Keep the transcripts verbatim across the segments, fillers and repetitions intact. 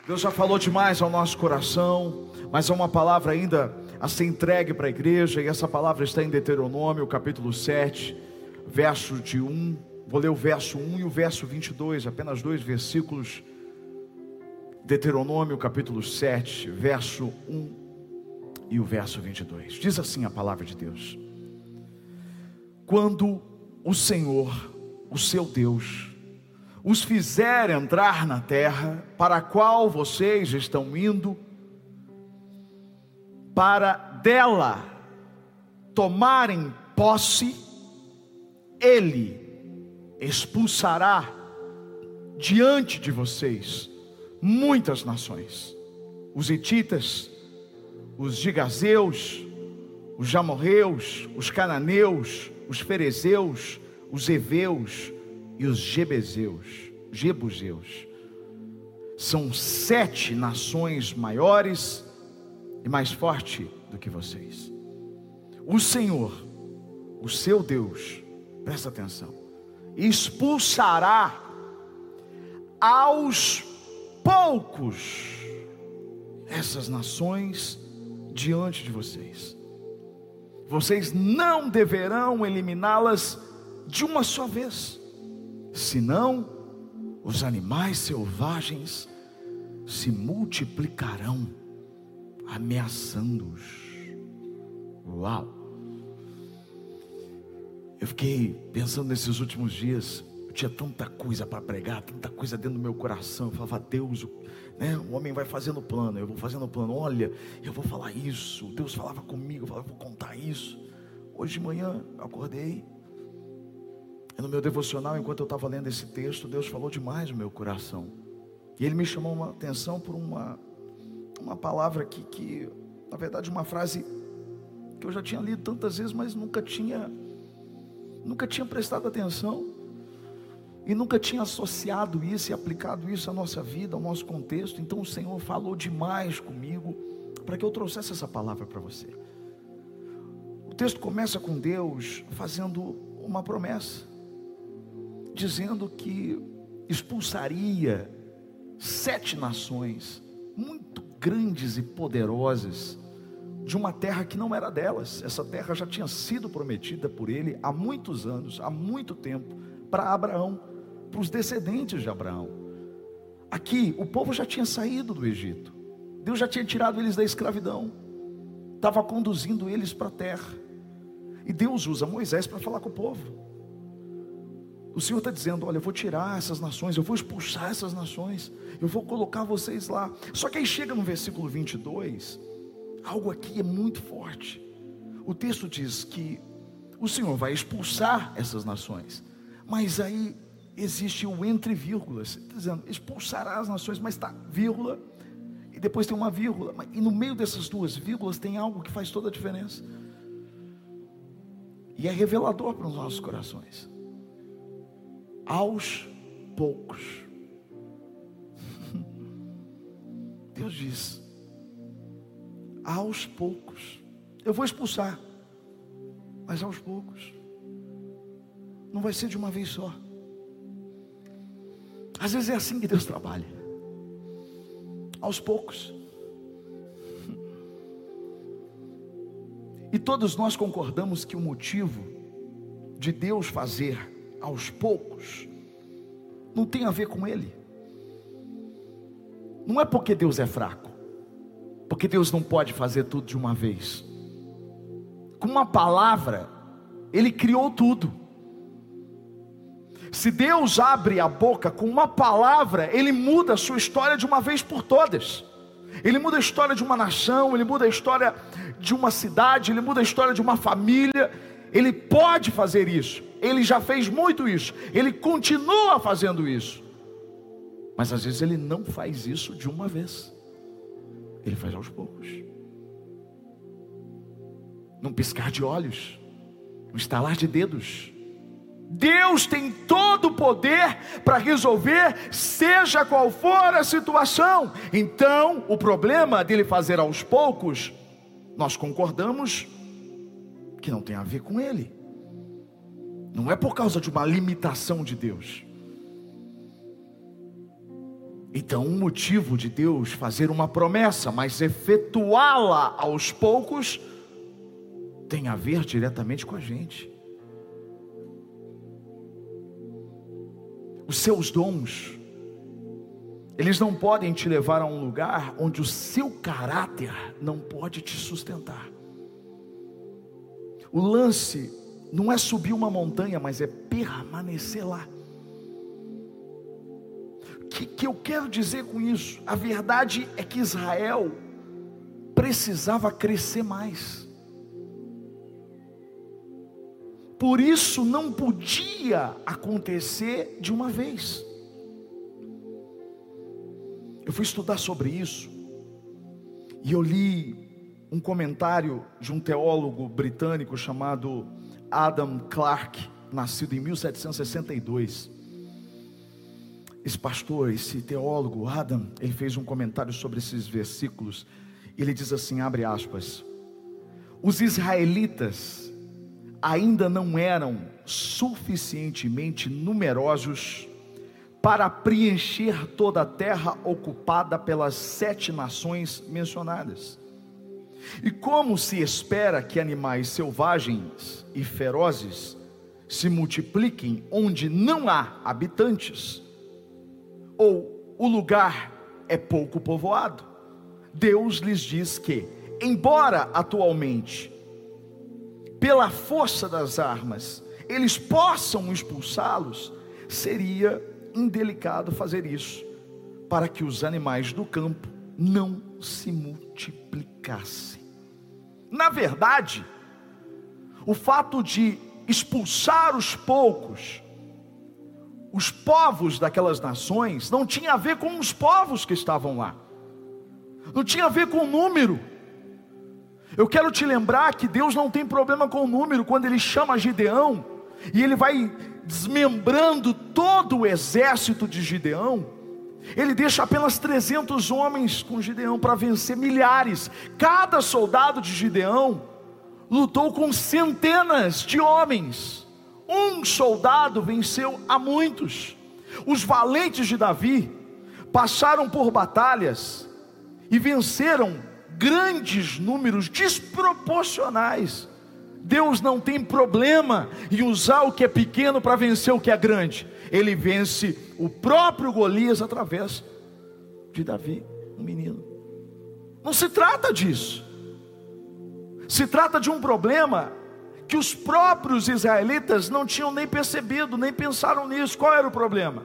Deus já falou demais ao nosso coração, mas há uma palavra ainda a ser entregue para a igreja, e essa palavra está em Deuteronômio, capítulo sete, verso de um. Vou ler o verso um e o verso vinte e dois, apenas dois versículos. Deuteronômio, capítulo sete, verso um e o verso vinte e dois. Diz assim a palavra de Deus: quando o Senhor, o seu Deus, os fizer entrar na terra para a qual vocês estão indo, para dela tomarem posse, Ele expulsará diante de vocês muitas nações: os hititas, os gigazeus, os jamorreus, os cananeus, os ferezeus, os heveus e os jebezeus, jebuseus. São sete nações maiores e mais fortes do que vocês. O Senhor, o seu Deus, presta atenção, expulsará aos poucos essas nações diante de vocês. Vocês não deverão eliminá-las de uma só vez, senão os animais selvagens se multiplicarão, ameaçando-os. Uau! Eu fiquei pensando nesses últimos dias. Eu tinha tanta coisa para pregar, tanta coisa dentro do meu coração. Eu falava: Deus, né, o homem vai fazendo plano, eu vou fazendo plano. Olha, eu vou falar isso. Deus falava comigo, eu falava: eu vou contar isso. Hoje de manhã eu acordei, e no meu devocional, enquanto eu estava lendo esse texto, Deus falou demais no meu coração. E Ele me chamou uma atenção por uma, uma palavra que, que, na verdade, uma frase que eu já tinha lido tantas vezes, mas nunca tinha, nunca tinha prestado atenção. E nunca tinha associado isso e aplicado isso à nossa vida, ao nosso contexto. Então o Senhor falou demais comigo para que eu trouxesse essa palavra para você. O texto começa com Deus fazendo uma promessa, dizendo que expulsaria sete nações muito grandes e poderosas de uma terra que não era delas. Essa terra já tinha sido prometida por Ele há muitos anos, há muito tempo, para Abraão, para os descendentes de Abraão. Aqui o povo já tinha saído do Egito, Deus já tinha tirado eles da escravidão, estava conduzindo eles para a terra, e Deus usa Moisés para falar com o povo. O Senhor está dizendo: olha, eu vou tirar essas nações, eu vou expulsar essas nações, eu vou colocar vocês lá. Só que aí chega no versículo vinte e dois, algo aqui é muito forte. O texto diz que o Senhor vai expulsar essas nações, mas aí existe o entre vírgulas, dizendo expulsará as nações, mas está vírgula, e depois tem uma vírgula, e no meio dessas duas vírgulas tem algo que faz toda a diferença, e é revelador para os nossos corações. Aos poucos. Deus diz: aos poucos, eu vou expulsar, mas aos poucos, não vai ser de uma vez só. Às vezes é assim que Deus trabalha, aos poucos. E todos nós concordamos que o motivo de Deus fazer aos poucos não tem a ver com Ele. Não é porque Deus é fraco, porque Deus não pode fazer tudo de uma vez. Com uma palavra Ele criou tudo. Se Deus abre a boca com uma palavra, Ele muda a sua história de uma vez por todas. Ele muda a história de uma nação, Ele muda a história de uma cidade, Ele muda a história de uma família. Ele pode fazer isso, Ele já fez muito isso, Ele continua fazendo isso. Mas às vezes Ele não faz isso de uma vez, Ele faz aos poucos, num piscar de olhos, num estalar de dedos. Deus tem todo o poder para resolver, seja qual for a situação. Então, o problema dele fazer aos poucos, nós concordamos que não tem a ver com ele. Não é por causa de uma limitação de Deus. Então, um motivo de Deus fazer uma promessa, mas efetuá-la aos poucos, tem a ver diretamente com a gente. Os seus dons, eles não podem te levar a um lugar onde o seu caráter não pode te sustentar. O lance não é subir uma montanha, mas é permanecer lá. O que, que eu quero dizer com isso? A verdade é que Israel precisava crescer mais. Por isso não podia acontecer de uma vez. Eu fui estudar sobre isso e eu li um comentário de um teólogo britânico chamado Adam Clarke, nascido em mil setecentos e sessenta e dois. Esse pastor, esse teólogo Adam, ele fez um comentário sobre esses versículos. Ele diz assim, abre aspas: os israelitas ainda não eram suficientemente numerosos para preencher toda a terra ocupada pelas sete nações mencionadas. E como se espera que animais selvagens e ferozes se multipliquem onde não há habitantes, ou o lugar é pouco povoado, Deus lhes diz que, embora atualmente, pela força das armas, eles possam expulsá-los, seria indelicado fazer isso, para que os animais do campo não se multiplicassem. Na verdade, o fato de expulsar os poucos, os povos daquelas nações, não tinha a ver com os povos que estavam lá, não tinha a ver com o número. Eu quero te lembrar que Deus não tem problema com o número. Quando Ele chama Gideão, e Ele vai desmembrando todo o exército de Gideão, Ele deixa apenas trezentos homens com Gideão para vencer milhares. Cada soldado de Gideão lutou com centenas de homens. Um soldado venceu a muitos. Os valentes de Davi passaram por batalhas e venceram grandes números desproporcionais. Deus não tem problema em usar o que é pequeno para vencer o que é grande. Ele vence o próprio Golias através de Davi, um menino. Não se trata disso. Se trata de um problema que os próprios israelitas não tinham nem percebido, nem pensaram nisso. Qual era o problema?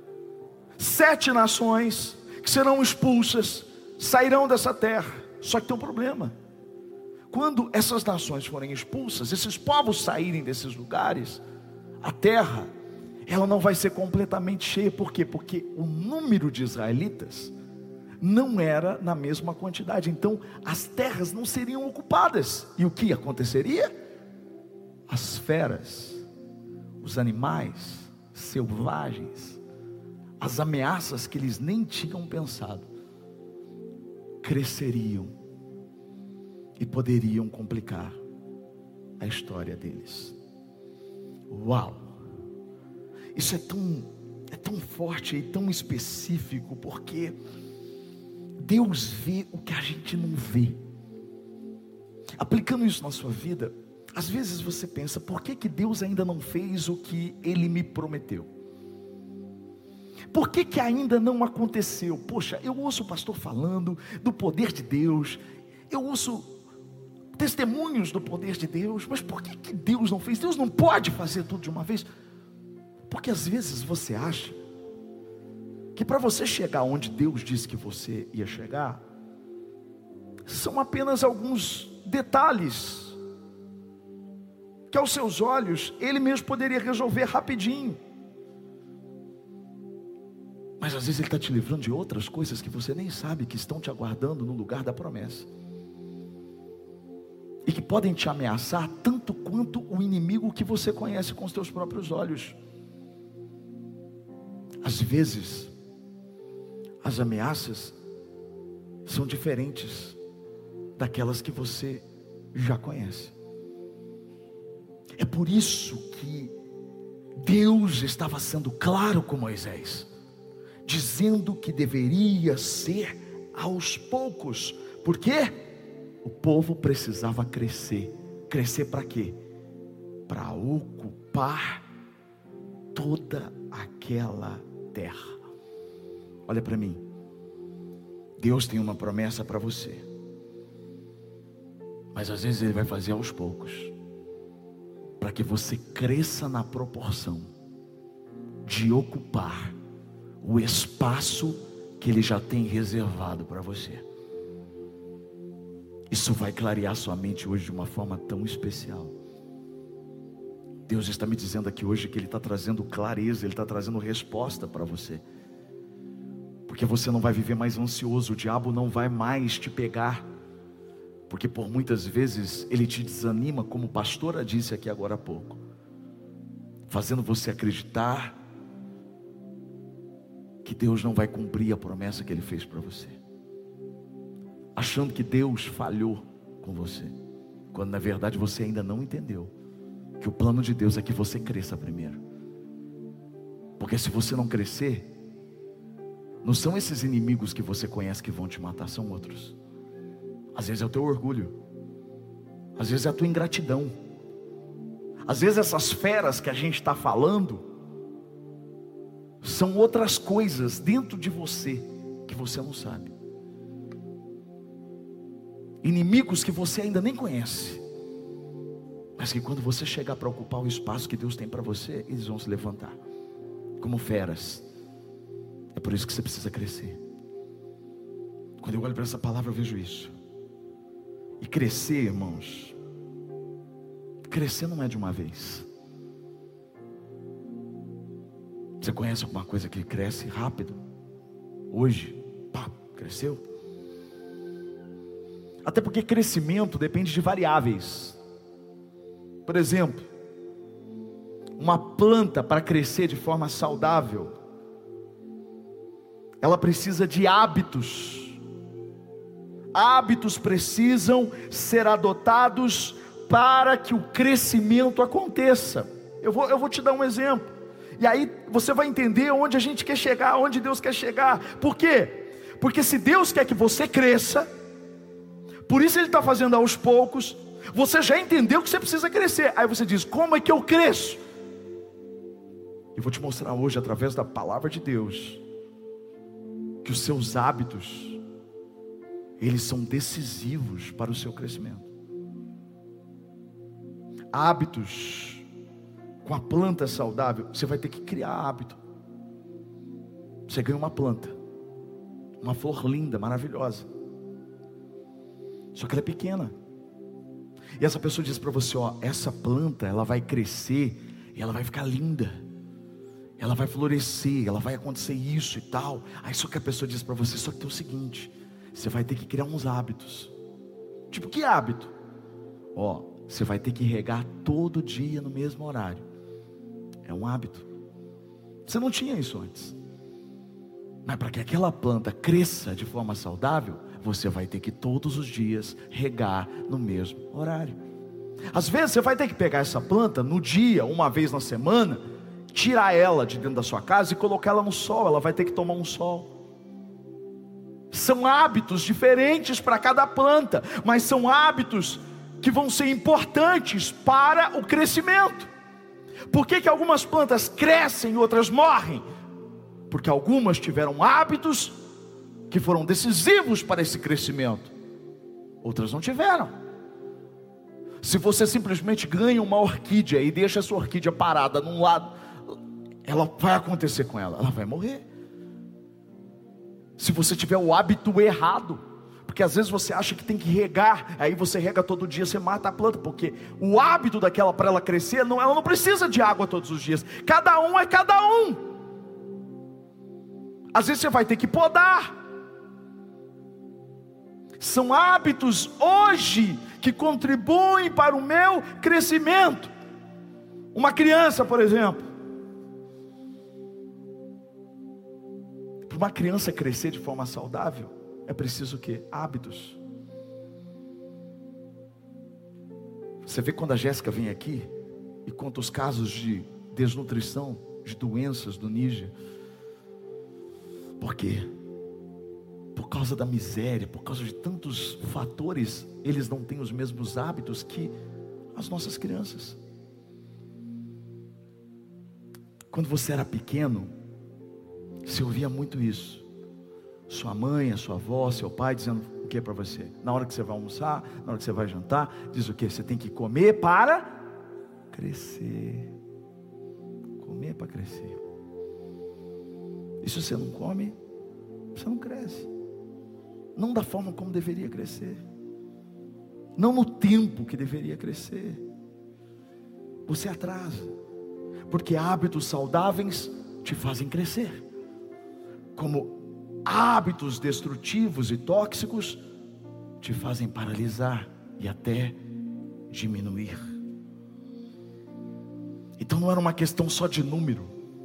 Sete nações que serão expulsas sairão dessa terra. Só que tem um problema. Quando essas nações forem expulsas, esses povos saírem desses lugares, a terra, ela não vai ser completamente cheia. Por quê? Porque o número de israelitas não era na mesma quantidade. Então as terras não seriam ocupadas. E o que aconteceria? As feras, os animais selvagens, as ameaças que eles nem tinham pensado, cresceriam e poderiam complicar a história deles. Uau! Isso é tão, é tão forte e tão específico, porque Deus vê o que a gente não vê. Aplicando isso na sua vida, às vezes você pensa, por que que Deus ainda não fez o que Ele me prometeu? Por que que ainda não aconteceu? Poxa, eu ouço o pastor falando do poder de Deus, eu ouço testemunhos do poder de Deus, mas por que que Deus não fez? Deus não pode fazer tudo de uma vez? Porque às vezes você acha que para você chegar onde Deus disse que você ia chegar, são apenas alguns detalhes que aos seus olhos Ele mesmo poderia resolver rapidinho. Mas às vezes Ele está te livrando de outras coisas que você nem sabe que estão te aguardando no lugar da promessa, e que podem te ameaçar tanto quanto o inimigo que você conhece com os teus próprios olhos. Às vezes as ameaças são diferentes daquelas que você já conhece. É por isso que Deus estava sendo claro com Moisés: dizendo que deveria ser aos poucos. Por quê? O povo precisava crescer. Crescer para quê? Para ocupar toda aquela terra. Olha para mim. Deus tem uma promessa para você, mas às vezes Ele vai fazer aos poucos, para que você cresça na proporção de ocupar o espaço que Ele já tem reservado para você. Isso vai clarear sua mente hoje de uma forma tão especial. Deus está me dizendo aqui hoje que Ele está trazendo clareza, Ele está trazendo resposta para você. Porque você não vai viver mais ansioso, o diabo não vai mais te pegar. Porque por muitas vezes ele te desanima, como a pastora disse aqui agora há pouco, fazendo você acreditar que Deus não vai cumprir a promessa que Ele fez para você, achando que Deus falhou com você, quando na verdade você ainda não entendeu que o plano de Deus é que você cresça primeiro. Porque se você não crescer, não são esses inimigos que você conhece que vão te matar, são outros. Às vezes é o teu orgulho, às vezes é a tua ingratidão, às vezes essas feras que a gente está falando são outras coisas dentro de você que você não sabe, inimigos que você ainda nem conhece, mas que quando você chegar para ocupar o espaço que Deus tem para você, eles vão se levantar como feras. É por isso que você precisa crescer. Quando eu olho para essa palavra eu vejo isso. E crescer, irmãos, crescer não é de uma vez. Você conhece alguma coisa que cresce rápido? Hoje, pá, cresceu. Até porque crescimento depende de variáveis. Por exemplo, uma planta para crescer de forma saudável, ela precisa de hábitos. Hábitos precisam ser adotados para que o crescimento aconteça. Eu vou, eu vou te dar um exemplo. E aí você vai entender onde a gente quer chegar, onde Deus quer chegar. Por quê? Porque se Deus quer que você cresça, por isso Ele está fazendo aos poucos. Você já entendeu que você precisa crescer. Aí você diz, como é que eu cresço? Eu vou te mostrar hoje, através da palavra de Deus, que os seus hábitos, eles são decisivos para o seu crescimento. Hábitos com a planta saudável, você vai ter que criar hábito. Você ganha uma planta, uma flor linda, maravilhosa, só que ela é pequena. E essa pessoa diz para você, ó, essa planta, ela vai crescer e ela vai ficar linda, ela vai florescer, ela vai acontecer isso e tal. Aí só que a pessoa diz para você, só que tem o seguinte, você vai ter que criar uns hábitos. Tipo, que hábito? Ó, você vai ter que regar todo dia no mesmo horário. É um hábito. Você não tinha isso antes. Mas para que aquela planta cresça de forma saudável, você vai ter que todos os dias regar no mesmo horário. Às vezes você vai ter que pegar essa planta no dia, uma vez na semana, tirar ela de dentro da sua casa e colocar ela no sol. Ela vai ter que tomar um sol. São hábitos diferentes para cada planta, mas são hábitos que vão ser importantes para o crescimento. Por que que algumas plantas crescem e outras morrem? Porque algumas tiveram hábitos que foram decisivos para esse crescimento, outras não tiveram. Se você simplesmente ganha uma orquídea e deixa essa orquídea parada num lado, ela vai acontecer com ela, ela vai morrer. Se você tiver o hábito errado, porque às vezes você acha que tem que regar, aí você rega todo dia, você mata a planta, porque o hábito daquela para ela crescer, não, ela não precisa de água todos os dias. Cada um é cada um. Às vezes você vai ter que podar. São hábitos hoje que contribuem para o meu crescimento. Uma criança, por exemplo, para uma criança crescer de forma saudável, é preciso o quê? Hábitos. Você vê quando a Jéssica vem aqui e conta os casos de desnutrição, de doenças do Níger. Por quê? Por causa da miséria, por causa de tantos fatores, eles não têm os mesmos hábitos que as nossas crianças. Quando você era pequeno, você ouvia muito isso. Sua mãe, a sua avó, seu pai dizendo o que para você? Na hora que você vai almoçar, na hora que você vai jantar, diz o que? Você tem que comer para crescer. Comer para crescer. E se você não come, você não cresce. Não da forma como deveria crescer. Não no tempo que deveria crescer. Você atrasa. Porque hábitos saudáveis te fazem crescer. Como hábitos destrutivos e tóxicos te fazem paralisar e até diminuir. Então não era uma questão só de número.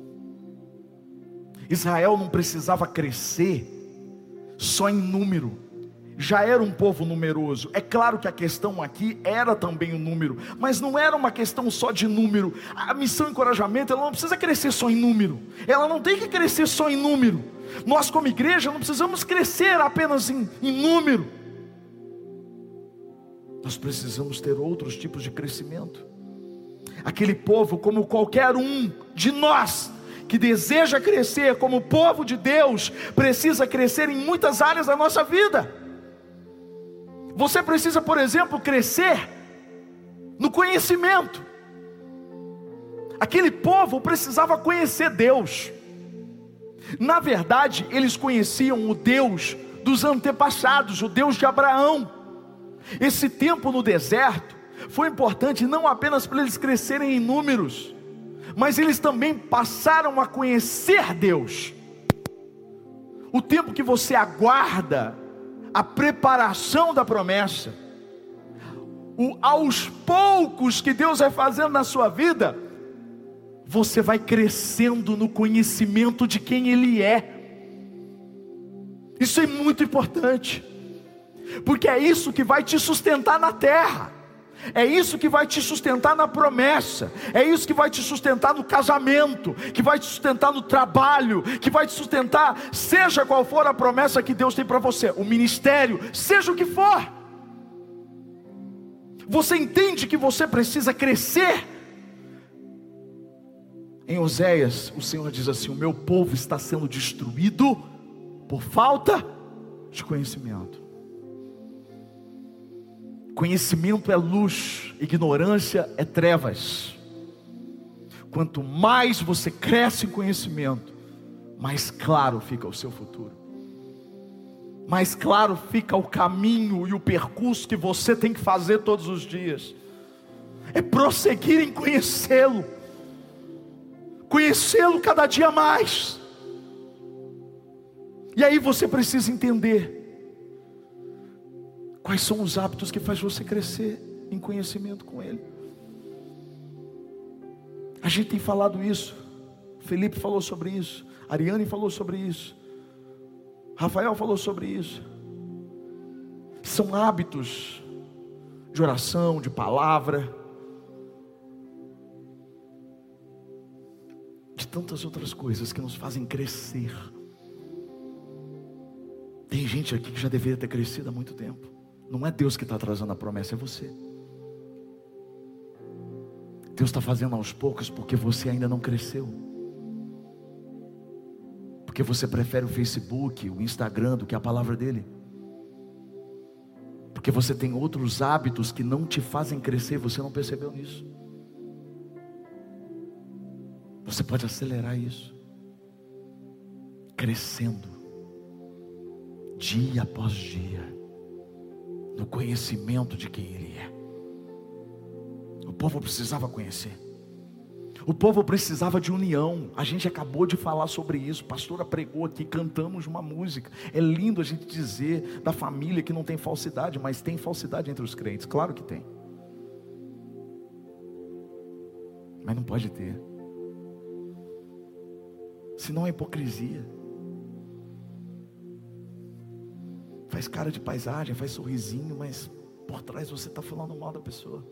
Israel não precisava crescer só em número. Já era um povo numeroso. É claro que a questão aqui era também o número, mas não era uma questão só de número. A missão encorajamento, ela não precisa crescer só em número. Ela não tem que crescer só em número. Nós como igreja não precisamos crescer apenas em, em número. Nós precisamos ter outros tipos de crescimento. Aquele povo, como qualquer um de nós, que deseja crescer como povo de Deus, precisa crescer em muitas áreas da nossa vida. Você precisa, por exemplo, crescer no conhecimento. Aquele povo precisava conhecer Deus. Na verdade, eles conheciam o Deus dos antepassados, o Deus de Abraão. Esse tempo no deserto foi importante não apenas para eles crescerem em números, mas eles também passaram a conhecer Deus. O tempo que você aguarda a preparação da promessa, o, aos poucos que Deus vai fazendo na sua vida, você vai crescendo no conhecimento de quem Ele é. Isso é muito importante, porque é isso que vai te sustentar na terra, é isso que vai te sustentar na promessa, é isso que vai te sustentar no casamento, que vai te sustentar no trabalho, que vai te sustentar, seja qual for a promessa que Deus tem para você, o ministério, seja o que for. Você entende que você precisa crescer? Em Oséias, o Senhor diz assim: o meu povo está sendo destruído por falta de conhecimento. Conhecimento é luz, ignorância é trevas. Quanto mais você cresce em conhecimento, mais claro fica o seu futuro, mais claro fica o caminho e o percurso que você tem que fazer todos os dias. É prosseguir em conhecê-lo, conhecê-lo cada dia mais. E aí você precisa entender quais são os hábitos que faz você crescer em conhecimento com Ele. A gente tem falado isso. Felipe falou sobre isso. Ariane falou sobre isso. Rafael falou sobre isso. São hábitos de oração, de palavra, de tantas outras coisas que nos fazem crescer. Tem gente aqui que já deveria ter crescido há muito tempo. Não é Deus que está atrasando a promessa, é você. Deus está fazendo aos poucos porque você ainda não cresceu. Porque você prefere o Facebook, o Instagram do que a palavra dele. Porque você tem outros hábitos que não te fazem crescer, você não percebeu nisso. Você pode acelerar isso, crescendo, dia após dia, no conhecimento de quem Ele é. O povo precisava conhecer. O povo precisava de união. A gente acabou de falar sobre isso. A pastora pregou aqui, cantamos uma música. É lindo a gente dizer da família que não tem falsidade, mas tem falsidade entre os crentes. Claro que tem, mas não pode ter, senão é hipocrisia. Faz cara de paisagem, faz sorrisinho, mas por trás você está falando mal da pessoa.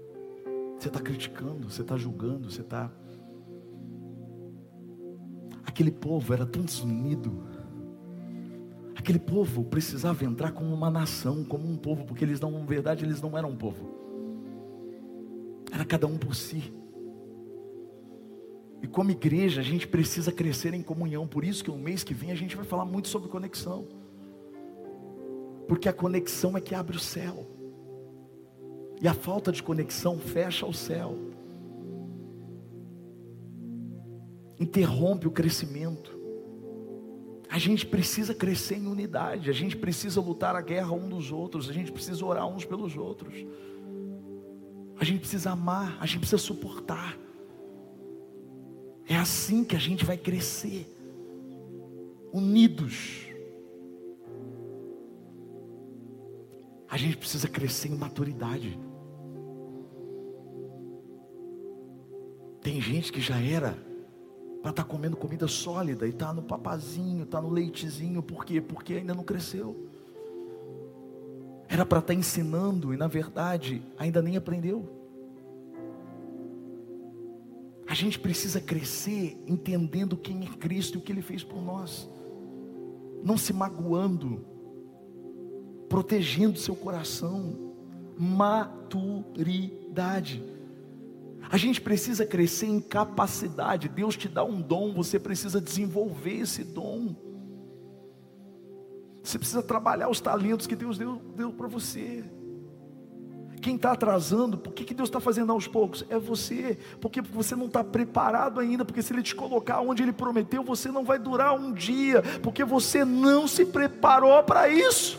Você está criticando, você está julgando, você está... Aquele povo era tão desunido. Aquele povo precisava entrar como uma nação, como um povo, porque eles não, na verdade, eles não eram um povo. Era cada um por si. E como igreja, a gente precisa crescer em comunhão. Por isso que no mês que vem a gente vai falar muito sobre conexão. Porque a conexão é que abre o céu. E a falta de conexão fecha o céu. Interrompe o crescimento. A gente precisa crescer em unidade. A gente precisa lutar a guerra um dos outros. A gente precisa orar uns pelos outros. A gente precisa amar. A gente precisa suportar. É assim que a gente vai crescer. Unidos. A gente precisa crescer em maturidade. Tem gente que já era para estar comendo comida sólida e está no papazinho, está no leitezinho. Por quê? Porque ainda não cresceu. Era para estar ensinando e na verdade ainda nem aprendeu. A gente precisa crescer entendendo quem é Cristo e o que Ele fez por nós. Não se magoando, protegendo seu coração. Maturidade. A gente precisa crescer em capacidade. Deus te dá um dom, você precisa desenvolver esse dom. Você precisa trabalhar os talentos que Deus deu, deu para você. Quem está atrasando, por que, que Deus está fazendo aos poucos? É você, porque você não está preparado ainda, porque se Ele te colocar onde Ele prometeu, você não vai durar um dia, porque você não se preparou para isso.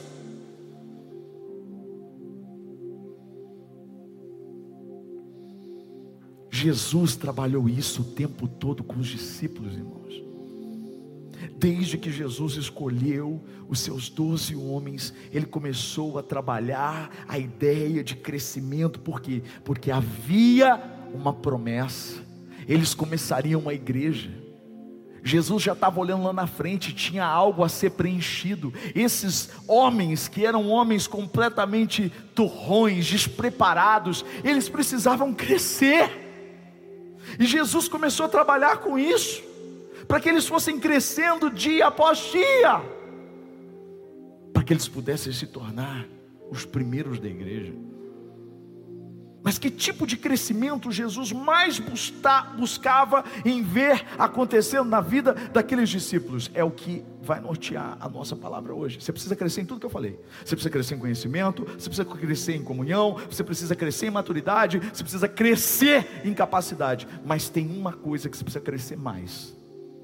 Jesus trabalhou isso o tempo todo com os discípulos, irmãos. Desde que Jesus escolheu os seus doze homens, Ele começou a trabalhar a ideia de crescimento. Por quê? Porque havia uma promessa. Eles começariam uma igreja. Jesus já estava olhando lá na frente, tinha algo a ser preenchido. Esses homens, que eram homens completamente turrões, despreparados, eles precisavam crescer. E Jesus começou a trabalhar com isso, para que eles fossem crescendo dia após dia, para que eles pudessem se tornar os primeiros da igreja. Mas que tipo de crescimento Jesus mais buscava em ver acontecendo na vida daqueles discípulos? É o que vai nortear a nossa palavra hoje. Você precisa crescer em tudo que eu falei. Você precisa crescer em conhecimento, você precisa crescer em comunhão, você precisa crescer em maturidade, você precisa crescer em capacidade. Mas tem uma coisa que você precisa crescer mais,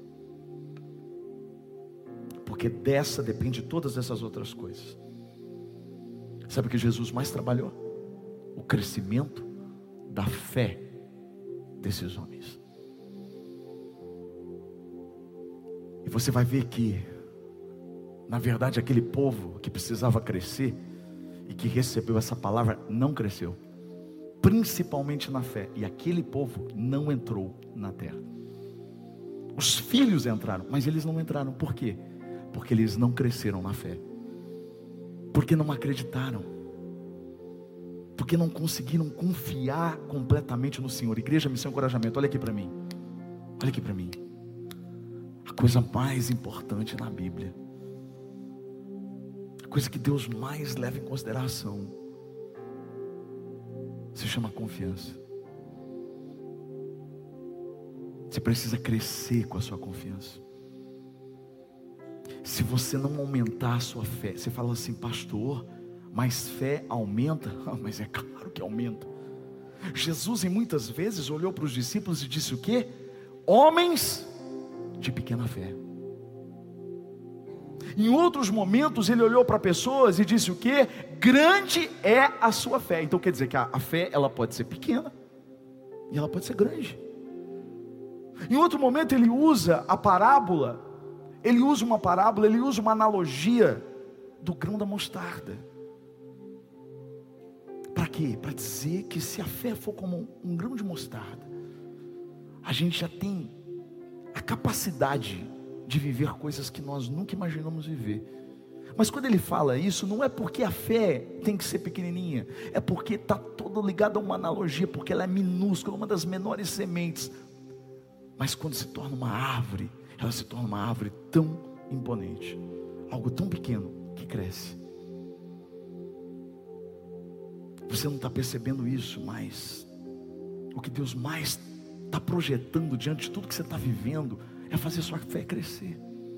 porque dessa depende todas essas outras coisas. Sabe o que Jesus mais trabalhou? O crescimento da fé desses homens. E você vai ver que, na verdade, aquele povo que precisava crescer e que recebeu essa palavra não cresceu, principalmente na fé. E aquele povo não entrou na terra. Os filhos entraram, mas eles não entraram. Por quê? Porque eles não cresceram na fé, porque não acreditaram, porque não conseguiram confiar completamente no Senhor. Igreja, missão e encorajamento, olha aqui para mim, olha aqui para mim, a coisa mais importante na Bíblia, a coisa que Deus mais leva em consideração, se chama confiança. Você precisa crescer com a sua confiança. Se você não aumentar a sua fé, você fala assim: pastor, mas fé aumenta? Ah, mas é claro que aumenta. Jesus, em muitas vezes, olhou para os discípulos e disse o quê? Homens de pequena fé. Em outros momentos, ele olhou para pessoas e disse o quê? Grande é a sua fé. Então quer dizer que a, a fé, ela pode ser pequena e ela pode ser grande. Em outro momento ele usa a parábola, ele usa uma parábola, ele usa uma analogia do grão da mostarda. Para quê? Para dizer que se a fé for como um grão de mostarda, a gente já tem a capacidade de viver coisas que nós nunca imaginamos viver. Mas quando ele fala isso, não é porque a fé tem que ser pequenininha, é porque está toda ligada a uma analogia, porque ela é minúscula, uma das menores sementes. Mas quando se torna uma árvore, ela se torna uma árvore tão imponente, algo tão pequeno que cresce. Você não está percebendo isso, mas o que Deus mais está projetando diante de tudo que você está vivendo é fazer a sua fé crescer.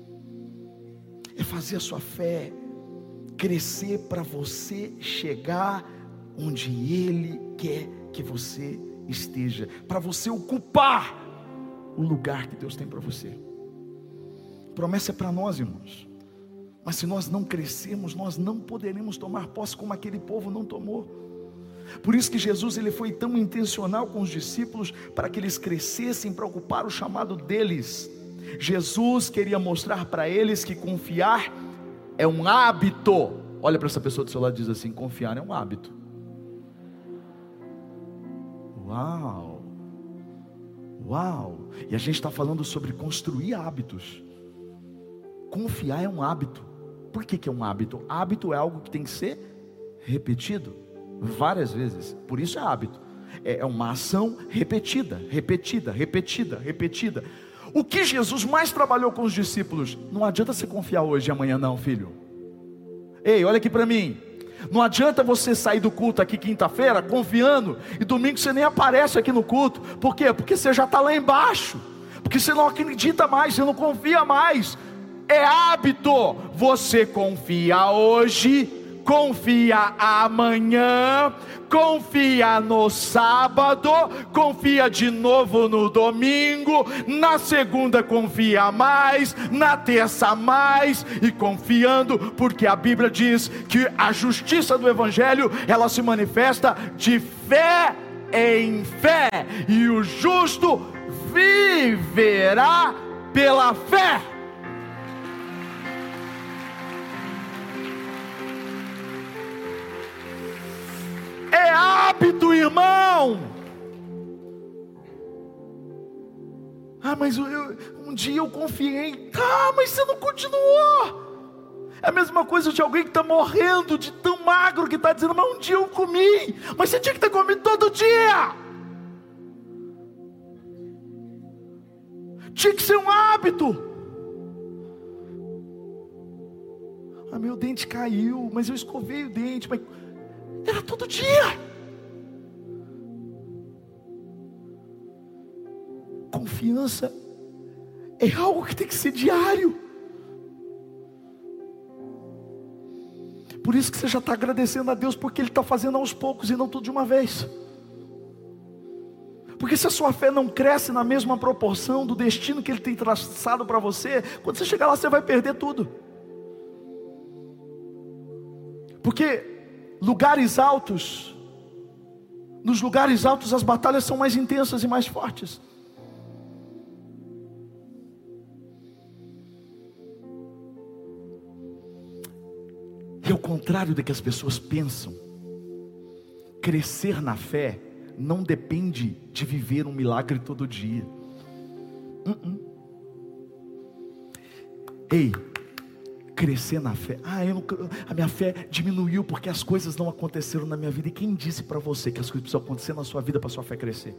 É fazer a sua fé crescer para você chegar onde Ele quer que você esteja, para você ocupar o lugar que Deus tem para você. Promessa é para nós, irmãos, mas se nós não crescermos, nós não poderemos tomar posse como aquele povo não tomou. Por isso que Jesus ele foi tão intencional com os discípulos, para que eles crescessem, para ocupar o chamado deles. Jesus queria mostrar para eles que confiar é um hábito. Olha para essa pessoa do seu lado e diz assim: confiar é um hábito. Uau, uau, e a gente está falando sobre construir hábitos. Confiar é um hábito. Por que que é um hábito? Hábito é algo que tem que ser repetido várias vezes, por isso é hábito. É uma ação repetida, repetida, repetida, repetida. O que Jesus mais trabalhou com os discípulos? Não adianta você confiar hoje e amanhã não, filho. Ei, olha aqui para mim. Não adianta você sair do culto aqui quinta-feira confiando e domingo você nem aparece aqui no culto. Por quê? Porque você já está lá embaixo, porque você não acredita mais, você não confia mais. É hábito. Você confia hoje, confia amanhã, confia no sábado, confia de novo no domingo, na segunda confia mais, na terça mais, e confiando, porque a Bíblia diz que a justiça do Evangelho, ela se manifesta de fé em fé, e o justo viverá pela fé. É hábito, irmão. Ah, mas eu, eu, um dia eu confiei. Ah, mas você não continuou. É a mesma coisa de alguém que está morrendo de tão magro, que está dizendo: mas um dia eu comi. Mas você tinha que ter comido todo dia. Tinha que ser um hábito. Ah, meu dente caiu, mas eu escovei o dente, mas era todo dia. Confiança é algo que tem que ser diário. Por isso que você já está agradecendo a Deus, porque Ele está fazendo aos poucos e não tudo de uma vez. Porque se a sua fé não cresce na mesma proporção do destino que Ele tem traçado para você, quando você chegar lá você vai perder tudo. Porque lugares altos, nos lugares altos as batalhas são mais intensas e mais fortes. E ao contrário do que as pessoas pensam, crescer na fé não depende de viver um milagre todo dia. uh-uh. Ei, crescer na fé, ah, eu não, a minha fé diminuiu porque as coisas não aconteceram na minha vida. E quem disse para você que as coisas precisam acontecer na sua vida para a sua fé crescer?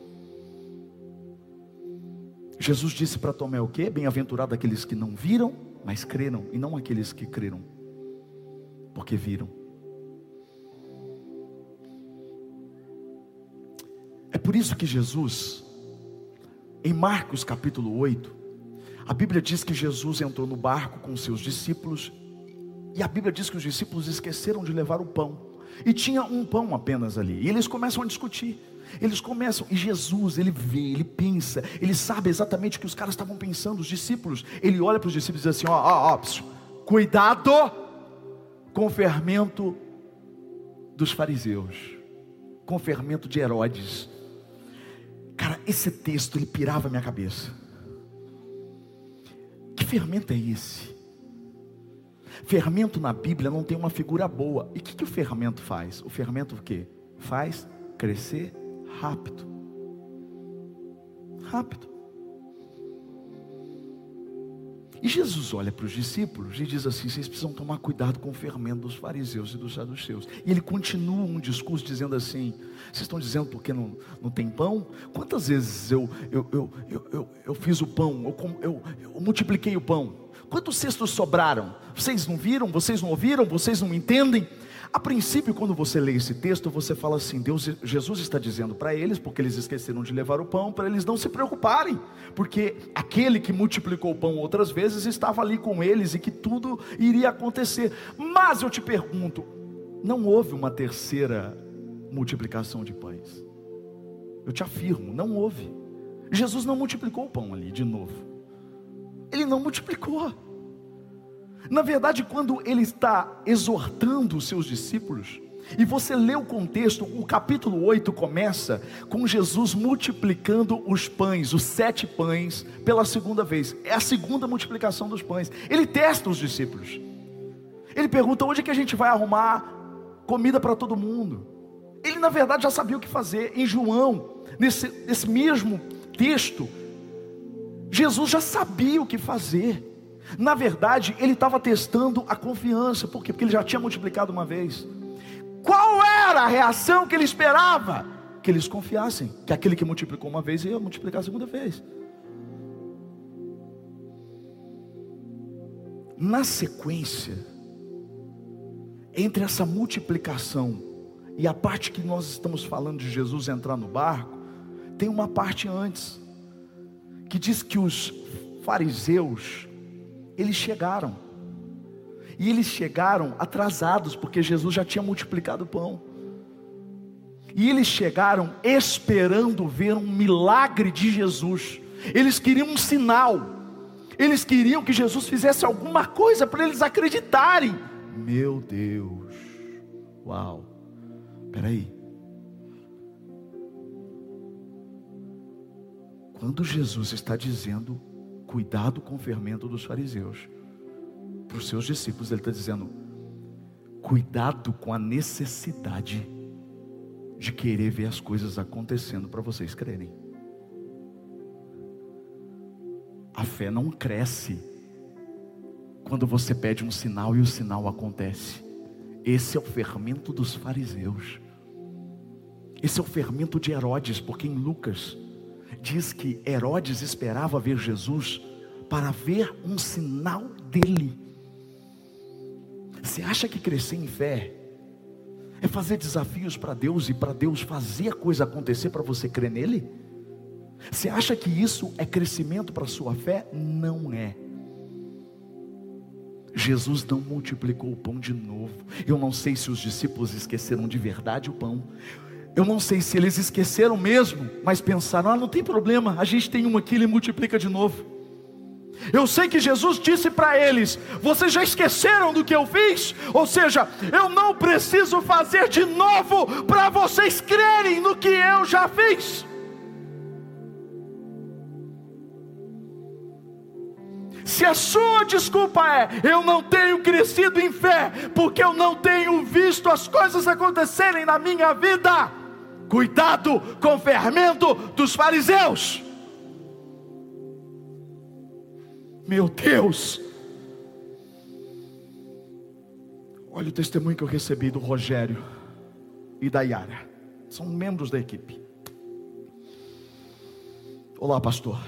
Jesus disse para Tomé o quê? Bem-aventurado aqueles que não viram, mas creram, e não aqueles que creram porque viram. É por isso que Jesus, em Marcos capítulo oito, a Bíblia diz que Jesus entrou no barco com seus discípulos, e a Bíblia diz que os discípulos esqueceram de levar o pão, e tinha um pão apenas ali, e eles começam a discutir, eles começam, e Jesus, ele vê, ele pensa, ele sabe exatamente o que os caras estavam pensando, os discípulos. Ele olha para os discípulos e diz assim: ó, ó, ó, cuidado com o fermento dos fariseus, com o fermento de Herodes. Cara, esse texto, ele pirava a minha cabeça. Que fermento é esse? Fermento na Bíblia não tem uma figura boa. E o que, que o fermento faz? O fermento o quê? Faz crescer rápido. Rápido. E Jesus olha para os discípulos e diz assim: vocês precisam tomar cuidado com o fermento dos fariseus e dos saduceus. E ele continua um discurso dizendo assim: vocês estão dizendo porque não, não tem pão? Quantas vezes eu, eu, eu, eu, eu, eu fiz o pão, eu, eu, eu multipliquei o pão? Quantos cestos sobraram? Vocês não viram? Vocês não ouviram? Vocês não entendem? A princípio, quando você lê esse texto, você fala assim: Deus, Jesus está dizendo para eles, porque eles esqueceram de levar o pão, para eles não se preocuparem, porque aquele que multiplicou o pão outras vezes estava ali com eles e que tudo iria acontecer. Mas eu te pergunto, não houve uma terceira multiplicação de pães? Eu te afirmo, não houve. Jesus não multiplicou o pão ali de novo. Ele não multiplicou. Na verdade, quando ele está exortando os seus discípulos, e você lê o contexto, o capítulo oito começa com Jesus multiplicando os pães, os sete pães, pela segunda vez. É a segunda multiplicação dos pães. Ele testa os discípulos. Ele pergunta: onde é que a gente vai arrumar comida para todo mundo? Ele na verdade já sabia o que fazer. Em João, nesse, nesse mesmo texto, Jesus já sabia o que fazer. Na verdade, ele estava testando a confiança. Por quê? Porque ele já tinha multiplicado uma vez. Qual era a reação que ele esperava? Que eles confiassem que aquele que multiplicou uma vez ia multiplicar a segunda vez. Na sequência, entre essa multiplicação e a parte que nós estamos falando de Jesus entrar no barco, tem uma parte antes, que diz que os fariseus, eles chegaram, e eles chegaram atrasados, porque Jesus já tinha multiplicado o pão, e eles chegaram esperando ver um milagre de Jesus. Eles queriam um sinal, eles queriam que Jesus fizesse alguma coisa para eles acreditarem. Meu Deus, uau, peraí, quando Jesus está dizendo cuidado com o fermento dos fariseus, para os seus discípulos ele está dizendo: cuidado com a necessidade de querer ver as coisas acontecendo para vocês crerem. A fé não cresce quando você pede um sinal e o sinal acontece. Esse é o fermento dos fariseus. Esse é o fermento de Herodes, porque em Lucas diz que Herodes esperava ver Jesus para ver um sinal dele. Você acha que crescer em fé é fazer desafios para Deus e para Deus fazer a coisa acontecer para você crer nele? Você acha que isso é crescimento para a sua fé? Não é. Jesus não multiplicou o pão de novo. Eu não sei se os discípulos esqueceram de verdade o pão. Eu não sei se eles esqueceram mesmo, mas pensaram: ah, não tem problema, a gente tem um aqui, ele multiplica de novo. Eu sei que Jesus disse para eles: vocês já esqueceram do que eu fiz? Ou seja, eu não preciso fazer de novo para vocês crerem no que eu já fiz. Se a sua desculpa é: eu não tenho crescido em fé, porque eu não tenho visto as coisas acontecerem na minha vida, cuidado com o fermento dos fariseus. Meu Deus, olha o testemunho que eu recebi do Rogério e da Yara, são membros da equipe. Olá, pastor.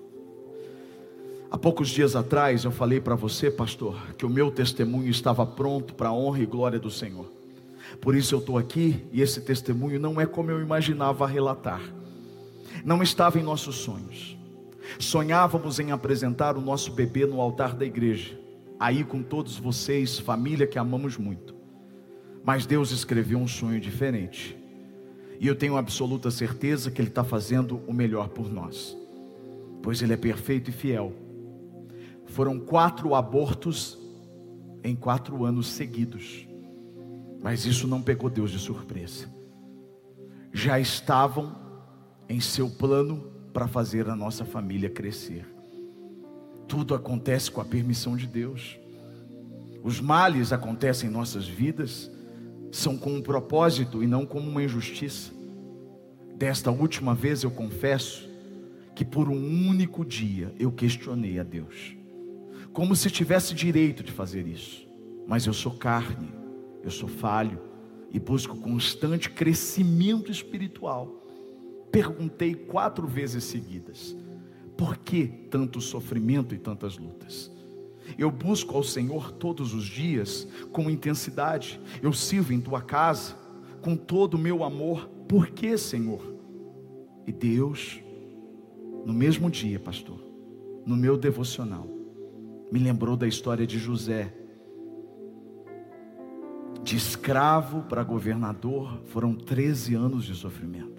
Há poucos dias atrás eu falei para você, pastor, que o meu testemunho estava pronto para a honra e glória do Senhor. Por isso eu estou aqui, e esse testemunho não é como eu imaginava relatar. Não estava em nossos sonhos. Sonhávamos em apresentar o nosso bebê no altar da igreja, aí com todos vocês, família que amamos muito. Mas Deus escreveu um sonho diferente, e eu tenho absoluta certeza que Ele está fazendo o melhor por nós, pois Ele é perfeito e fiel. Foram quatro abortos em quatro anos seguidos, mas isso não pegou Deus de surpresa. Já estavam em seu plano para fazer a nossa família crescer. Tudo acontece com a permissão de Deus. Os males acontecem em nossas vidas, são com um propósito e não como uma injustiça. Desta última vez eu confesso que por um único dia eu questionei a Deus. como se tivesse direito de fazer isso. Mas eu sou carne, eu sou falho e busco constante crescimento espiritual. Perguntei quatro vezes seguidas: por que tanto sofrimento e tantas lutas? Eu busco ao Senhor todos os dias com intensidade. Eu sirvo em tua casa com todo o meu amor. Por que, Senhor? E Deus, no mesmo dia, pastor, no meu devocional, me lembrou da história de José. De escravo para governador, foram treze anos de sofrimento.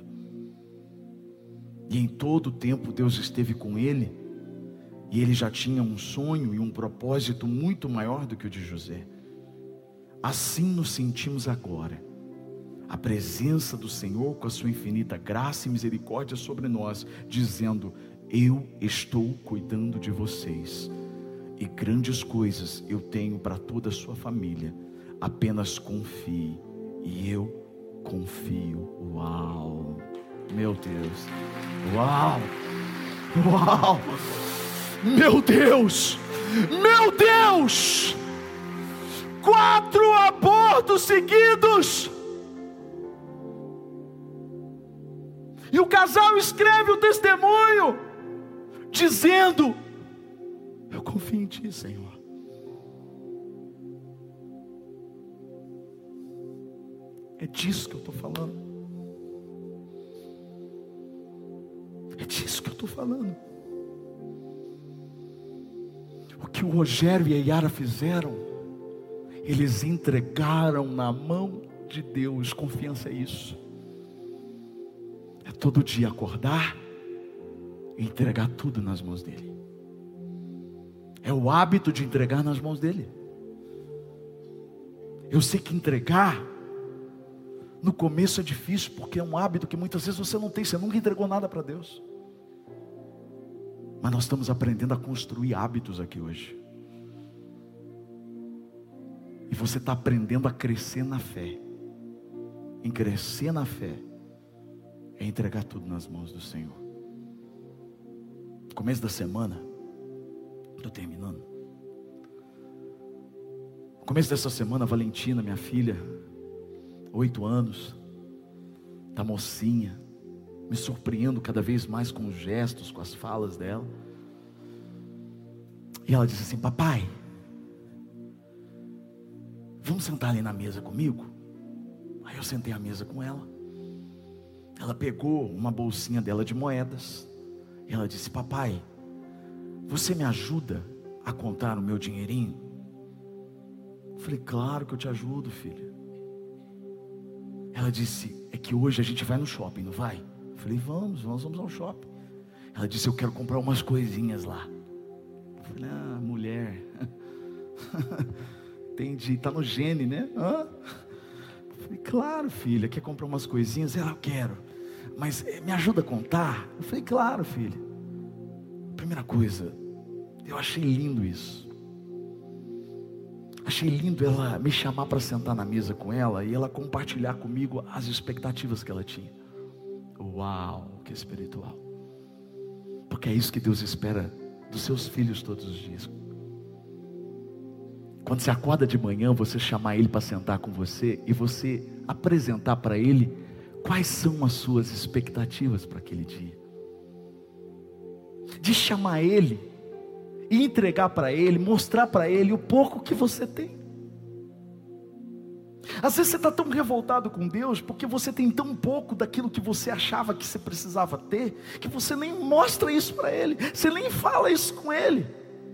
E em todo o tempo Deus esteve com ele. E ele já tinha um sonho e um propósito muito maior do que o de José. Assim nos sentimos agora. A presença do Senhor com a sua infinita graça e misericórdia sobre nós, dizendo: eu estou cuidando de vocês. E grandes coisas eu tenho para toda a sua família. Apenas confie. E eu confio. Uau! Meu Deus! Uau! Uau! Meu Deus! Meu Deus! Quatro abortos seguidos! E o casal escreve o testemunho, dizendo: eu confio em ti, Senhor. É disso que eu estou falando. É disso que eu estou falando. O que o Rogério e a Yara fizeram, eles entregaram na mão de Deus. Confiança é isso. É todo dia acordar e entregar tudo nas mãos dele. É o hábito de entregar nas mãos dele. Eu sei que entregar no começo é difícil, porque é um hábito que muitas vezes você não tem, você nunca entregou nada para Deus. Mas nós estamos aprendendo a construir hábitos aqui hoje. E você está aprendendo a crescer na fé. Em crescer na fé é entregar tudo nas mãos do Senhor. No começo da semana, estou terminando. No começo dessa semana, a Valentina, minha filha, oito anos, está mocinha, me surpreendo cada vez mais com os gestos, com as falas dela. E ela disse assim: papai, vamos sentar ali na mesa comigo? Aí eu sentei à mesa com ela. Ela pegou uma bolsinha dela de moedas. E ela disse: papai, você me ajuda a contar o meu dinheirinho? Eu falei: claro que eu te ajudo, filha. Ela disse: é que hoje a gente vai no shopping, não vai? Eu falei: vamos, nós vamos ao shopping. Ela disse: eu quero comprar umas coisinhas lá. Eu falei: ah, mulher. Entendi, está no gene, né? Hã? Eu falei: claro, filha, quer comprar umas coisinhas? Ela: eu quero, mas me ajuda a contar? Eu falei: claro, filha. Primeira coisa, eu achei lindo isso. Achei lindo ela me chamar para sentar na mesa com ela e ela compartilhar comigo as expectativas que ela tinha. Uau, que espiritual. Porque é isso que Deus espera dos seus filhos todos os dias. Quando você acorda de manhã, você chamar ele para sentar com você e você apresentar para ele quais são as suas expectativas para aquele dia. De chamar ele e entregar para ele, mostrar para ele o pouco que você tem. Às vezes você está tão revoltado com Deus porque você tem tão pouco daquilo que você achava que você precisava ter, que você nem mostra isso para ele, você nem fala isso com ele.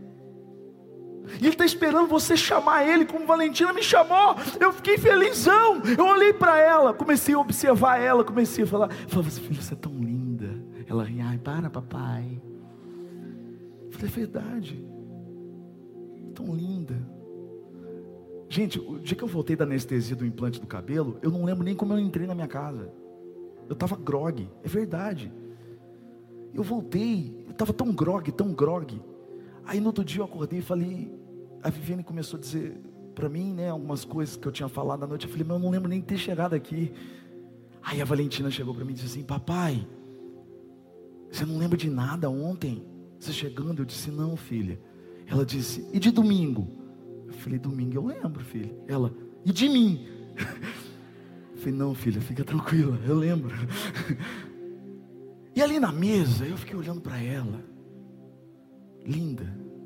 E ele está esperando você chamar ele, como Valentina me chamou. Eu fiquei felizão. Eu olhei para ela, comecei a observar ela, comecei a falar, falava assim: filha, você é tão linda. Ela ria: ai, para, papai. Eu falei: é verdade, tão linda. Gente, o dia que eu voltei da anestesia do implante do cabelo, eu não lembro nem como eu entrei na minha casa. Eu estava grogue, é verdade. Eu voltei, eu estava tão grogue, tão grogue. Aí no outro dia eu acordei e falei, a Viviane começou a dizer para mim, né, algumas coisas que eu tinha falado à noite. Eu falei: mas eu não lembro nem de ter chegado aqui. Aí a Valentina chegou para mim e disse assim: papai, você não lembra de nada ontem? Você chegando? Eu disse: não, filha, Ela disse, e de domingo? Eu falei, domingo eu lembro, filha. Ela, e de mim? Eu falei, não, filha, fica tranquila, eu lembro. E ali na mesa, eu fiquei olhando para ela, linda.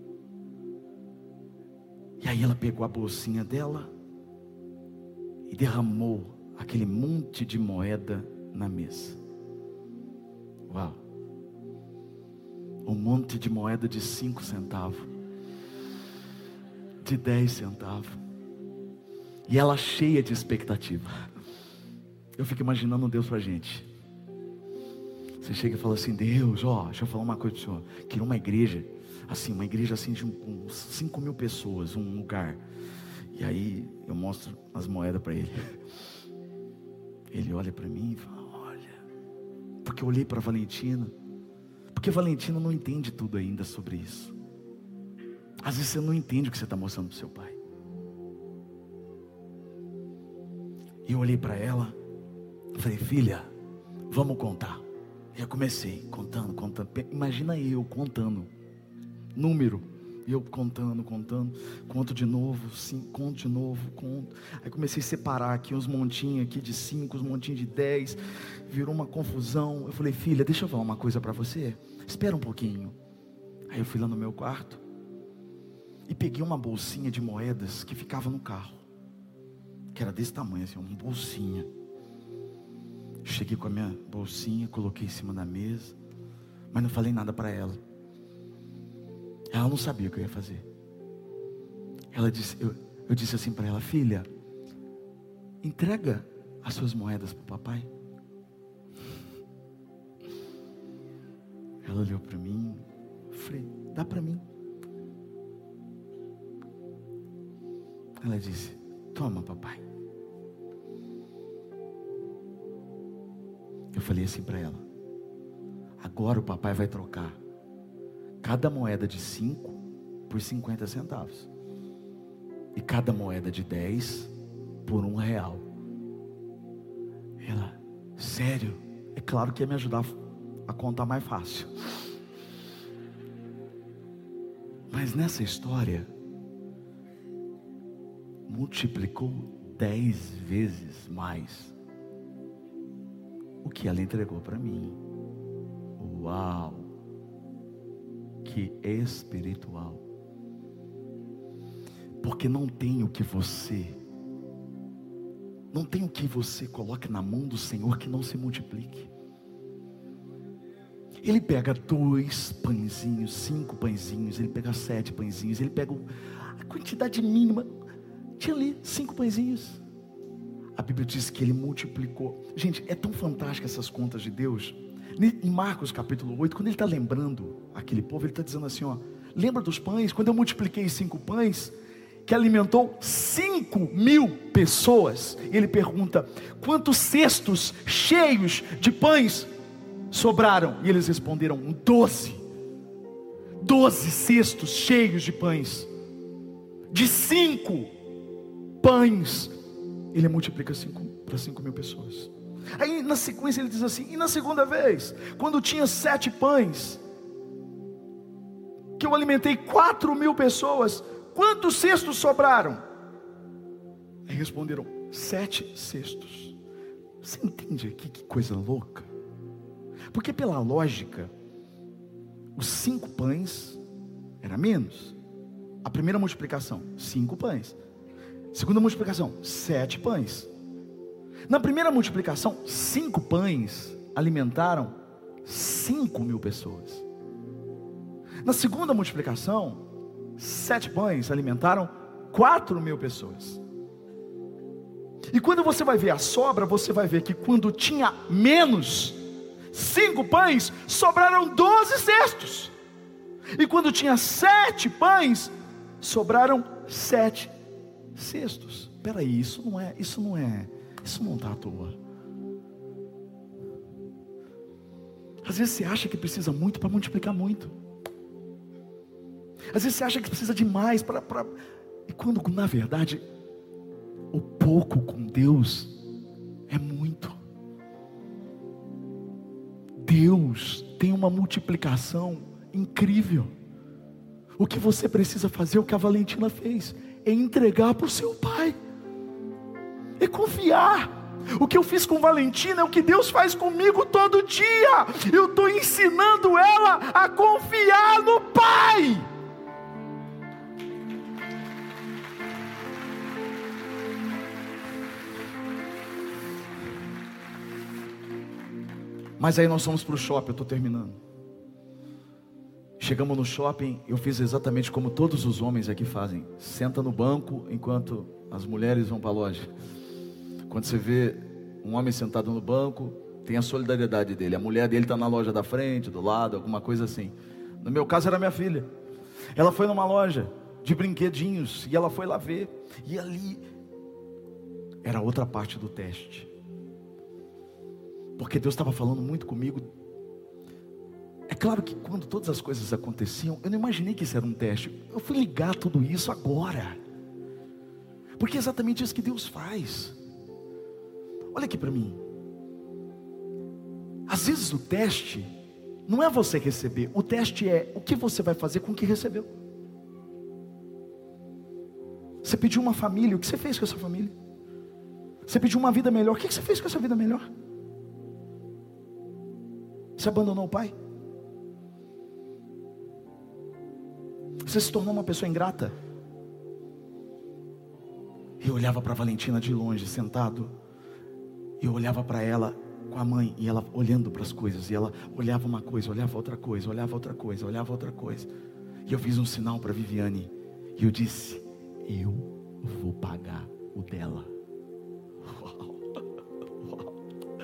E aí ela pegou a bolsinha dela e derramou aquele monte de moeda na mesa. Uau! Um monte de moeda de cinco centavos, de dez centavos. E ela cheia de expectativa. Eu fico imaginando Deus pra gente. Você chega e fala assim, Deus, ó, deixa eu falar uma coisa pro senhor. Queria uma igreja, assim, uma igreja assim de uns cinco mil pessoas, um lugar. E aí eu mostro as moedas para ele. Ele olha para mim e fala, olha. Porque eu olhei para Valentina. Porque Valentina não entende tudo ainda sobre isso. Às vezes você não entende o que você está mostrando para o seu pai. E eu olhei para ela. Falei, filha, vamos contar. E eu comecei, contando, contando. Imagina eu contando. Número. E eu contando, contando. Conto de novo, sim, conto de novo, conto. Aí comecei a separar aqui uns montinhos aqui de cinco, uns montinhos de dez. Virou uma confusão. Eu falei, filha, deixa eu falar uma coisa para você. Espera um pouquinho. Aí eu fui lá no meu quarto. E peguei uma bolsinha de moedas que ficava no carro. Que era desse tamanho, assim, uma bolsinha. Cheguei com a minha bolsinha, coloquei em cima da mesa, mas não falei nada para ela. Ela não sabia o que eu ia fazer. Ela disse, eu, eu disse assim para ela, filha, entrega as suas moedas para o papai. Ela olhou para mim, falei, dá para mim. Ela disse, toma, papai. Eu falei assim para ela, agora o papai vai trocar cada moeda de cinco por cinquenta centavos. E cada moeda de dez por um real. Ela, sério? É claro que ia me ajudar a contar mais fácil. Mas nessa história, multiplicou dez vezes mais o que ela entregou para mim. Uau! Que espiritual. Porque não tem o que você Não tem o que você coloque na mão do Senhor que não se multiplique. Ele pega dois pãezinhos, cinco pãezinhos, ele pega sete pãezinhos, ele pega a quantidade mínima. Tinha ali cinco pãezinhos. A Bíblia diz que ele multiplicou. Gente, é tão fantástica essas contas de Deus. Em Marcos capítulo oito, quando ele está lembrando aquele povo, ele está dizendo assim, ó, lembra dos pães? Quando eu multipliquei cinco pães, que alimentou cinco mil pessoas. Ele pergunta, quantos cestos cheios de pães sobraram? E eles responderam, doze. Doze cestos cheios de pães. De cinco pães, ele multiplica para cinco mil pessoas. Aí na sequência ele diz assim, e na segunda vez, quando tinha sete pães, que eu alimentei quatro mil pessoas, quantos cestos sobraram? Aí responderam, sete cestos. Você entende aqui que coisa louca? Porque pela lógica, os cinco pães era menos. A primeira multiplicação, cinco pães. Segunda multiplicação, sete pães. Na primeira multiplicação, cinco pães alimentaram cinco mil pessoas. Na segunda multiplicação, sete pães alimentaram quatro mil pessoas. E quando você vai ver a sobra, você vai ver que quando tinha menos cinco pães, sobraram doze cestos. E quando tinha sete pães, sobraram sete cestos. Espera aí, isso não é, isso não é, isso não está à toa. Às vezes você acha que precisa muito para multiplicar muito. Às vezes você acha que precisa de mais para, para... E quando na verdade o pouco com Deus é muito. Deus tem uma multiplicação incrível. O que você precisa fazer, o que a Valentina fez, é entregar para o seu pai, é confiar. O que eu fiz com Valentina é o que Deus faz comigo todo dia. Eu estou ensinando ela a confiar no pai. Mas aí nós fomos para o shopping, eu estou terminando. Chegamos no shopping, eu fiz exatamente como todos os homens aqui fazem. Senta no banco enquanto as mulheres vão para a loja. Quando você vê um homem sentado no banco, tem a solidariedade dele. A mulher dele está na loja da frente, do lado, alguma coisa assim. No meu caso era minha filha. Ela foi numa loja de brinquedinhos e ela foi lá ver. E ali era outra parte do teste. Porque Deus estava falando muito comigo. É claro que quando todas as coisas aconteciam, eu não imaginei que isso era um teste. Eu fui ligar tudo isso agora. Porque é exatamente isso que Deus faz. Olha aqui para mim. Às vezes o teste não é você receber. O teste é o que você vai fazer com o que recebeu. Você pediu uma família, o que você fez com essa família? Você pediu uma vida melhor, o que você fez com essa vida melhor? Você abandonou o pai? Você se tornou uma pessoa ingrata? Eu olhava para a Valentina de longe, sentado. Eu olhava para ela com a mãe, e ela olhando para as coisas. E ela olhava uma coisa, olhava outra coisa, olhava outra coisa, olhava outra coisa. E eu fiz um sinal para a Viviane. E eu disse, eu vou pagar o dela. Uau. Uau.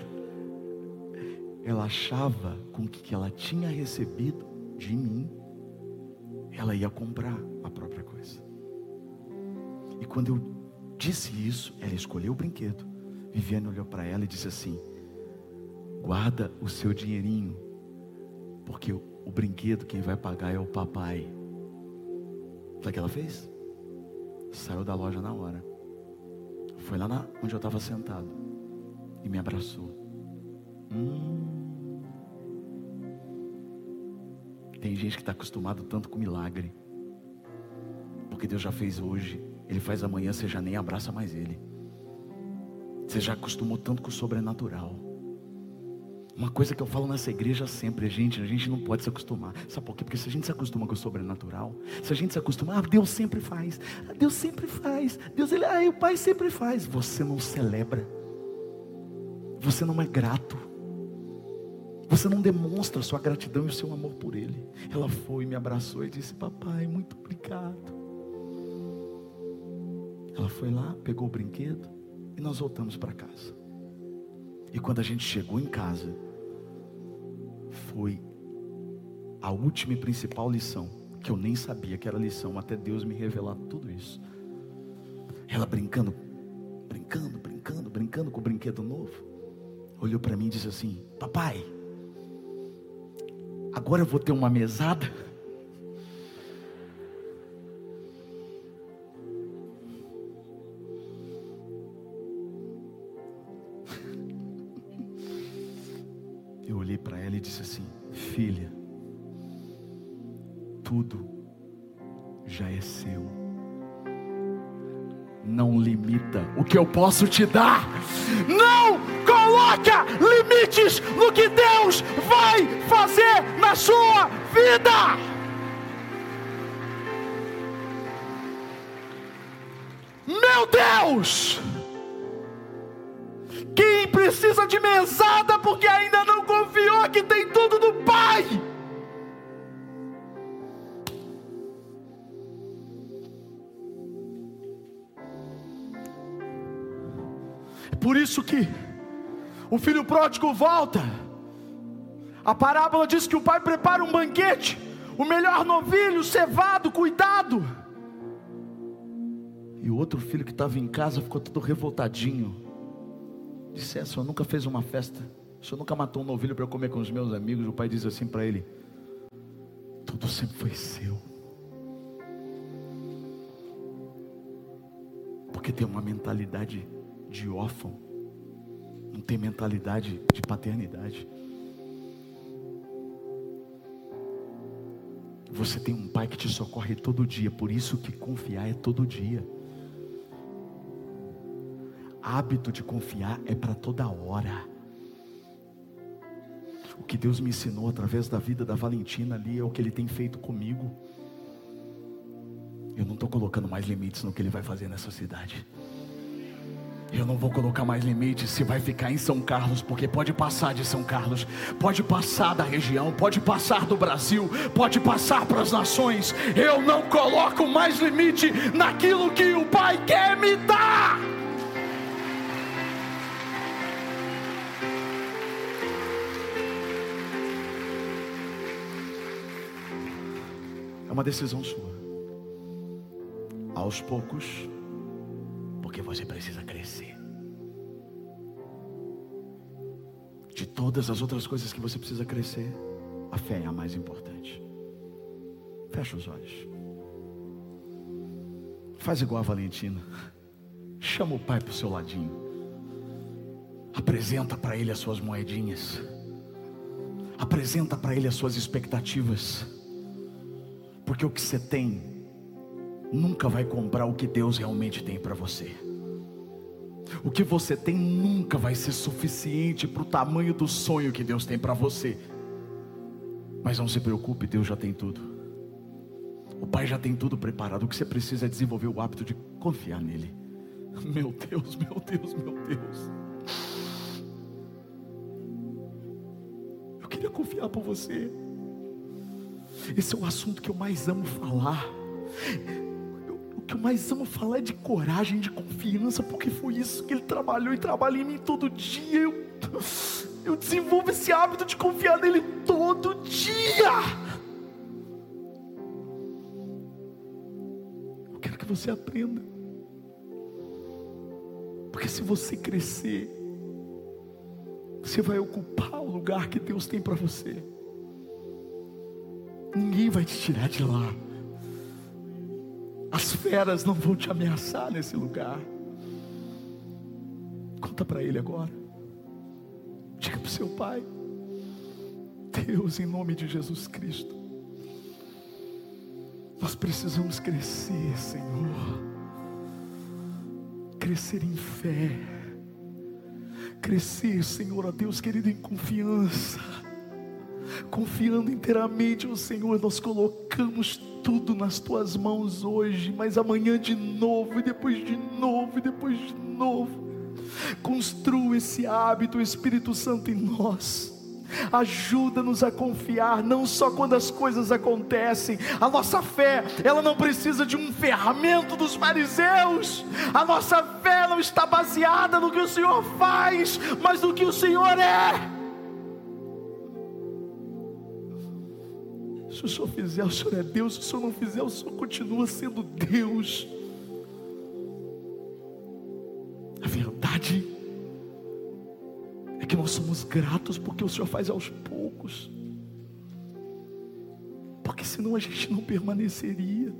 Ela achava com o que ela tinha recebido de mim, ela ia comprar a própria coisa. E quando eu disse isso, ela escolheu o brinquedo. Viviane olhou para ela e disse assim, guarda o seu dinheirinho, porque o, o brinquedo quem vai pagar é o papai. Sabe o que ela fez? Saiu da loja na hora, foi lá na, onde eu estava sentado e me abraçou. hum. Tem gente que está acostumado tanto com milagre, porque Deus já fez hoje, Ele faz amanhã, você já nem abraça mais Ele. Você já acostumou tanto com o sobrenatural. Uma coisa que eu falo nessa igreja sempre, gente, a gente não pode se acostumar. Sabe por quê? Porque se a gente se acostuma com o sobrenatural, se a gente se acostuma, ah, Deus sempre faz, ah, Deus sempre faz, Deus, ele, ah, o Pai sempre faz. Você não celebra, você não é grato, você não demonstra a sua gratidão e o seu amor por Ele. Ela foi, me abraçou e disse, papai, muito obrigado. Ela foi lá, pegou o brinquedo e nós voltamos para casa. E quando a gente chegou em casa, foi a última e principal lição, que eu nem sabia que era lição, até Deus me revelar tudo isso. Ela brincando, brincando, brincando, brincando com o brinquedo novo, olhou para mim e disse assim, papai, agora eu vou ter uma mesada? Eu olhei para ela e disse assim, filha, tudo já é seu. Não limita o que eu posso te dar. Não coloca limites no que Deus vai fazer na sua vida. Meu Deus! Quem precisa de mesada porque ainda não confiou que tem tudo do Pai? É por isso que o filho pródigo volta. A parábola diz que o pai prepara um banquete, o melhor novilho, cevado, cuidado. E o outro filho que estava em casa ficou todo revoltadinho. Disse, é, o senhor nunca fez uma festa, o senhor nunca matou um novilho para eu comer com os meus amigos. O pai diz assim para ele, tudo sempre foi seu. Porque tem uma mentalidade de órfão, não tem mentalidade de paternidade. Você tem um Pai que te socorre todo dia, por isso que confiar é todo dia. Hábito de confiar é para toda hora. O que Deus me ensinou através da vida da Valentina ali é o que Ele tem feito comigo. Eu não estou colocando mais limites no que Ele vai fazer nessa cidade. Eu não vou colocar mais limites se vai ficar em São Carlos, porque pode passar de São Carlos, pode passar da região, pode passar do Brasil, pode passar para as nações. Eu não coloco mais limite naquilo que o Pai quer me dar. É uma decisão sua. Aos poucos, porque você precisa crescer. De todas as outras coisas que você precisa crescer, a fé é a mais importante. Fecha os olhos. Faz igual a Valentina. Chama o Pai para o seu ladinho. Apresenta para Ele as suas moedinhas. Apresenta para Ele as suas expectativas. Porque o que você tem nunca vai comprar o que Deus realmente tem para você. O que você tem nunca vai ser suficiente para o tamanho do sonho que Deus tem para você. Mas não se preocupe, Deus já tem tudo. O Pai já tem tudo preparado. O que você precisa é desenvolver o hábito de confiar nele. Meu Deus, meu Deus, meu Deus. Eu queria confiar por você. Esse é o assunto que eu mais amo falar. O que eu mais amo falar é de coragem, de confiança, porque foi isso que Ele trabalhou e trabalha em mim todo dia. Eu, eu desenvolvo esse hábito de confiar nele todo dia. Eu quero que você aprenda. Porque se você crescer, você vai ocupar o lugar que Deus tem para você. Ninguém vai te tirar de lá. As feras não vão te ameaçar nesse lugar. Conta para Ele agora. Diga para o seu Pai: Deus, em nome de Jesus Cristo, nós precisamos crescer, Senhor. Crescer em fé. Crescer, Senhor, ó Deus querido, em confiança. Confiando inteiramente ao Senhor. Nós colocamos tudo nas Tuas mãos hoje, mas amanhã de novo, e depois de novo, e depois de novo. Construa esse hábito, Espírito Santo, em nós. Ajuda-nos a confiar, não só quando as coisas acontecem. A nossa fé, ela não precisa de um ferramento dos fariseus. A nossa fé não está baseada no que o Senhor faz, mas no que o Senhor é. Se o Senhor fizer, o Senhor é Deus. Se o Senhor não fizer, o Senhor continua sendo Deus. A verdade é que nós somos gratos porque o Senhor faz aos poucos. Porque senão a gente não permaneceria.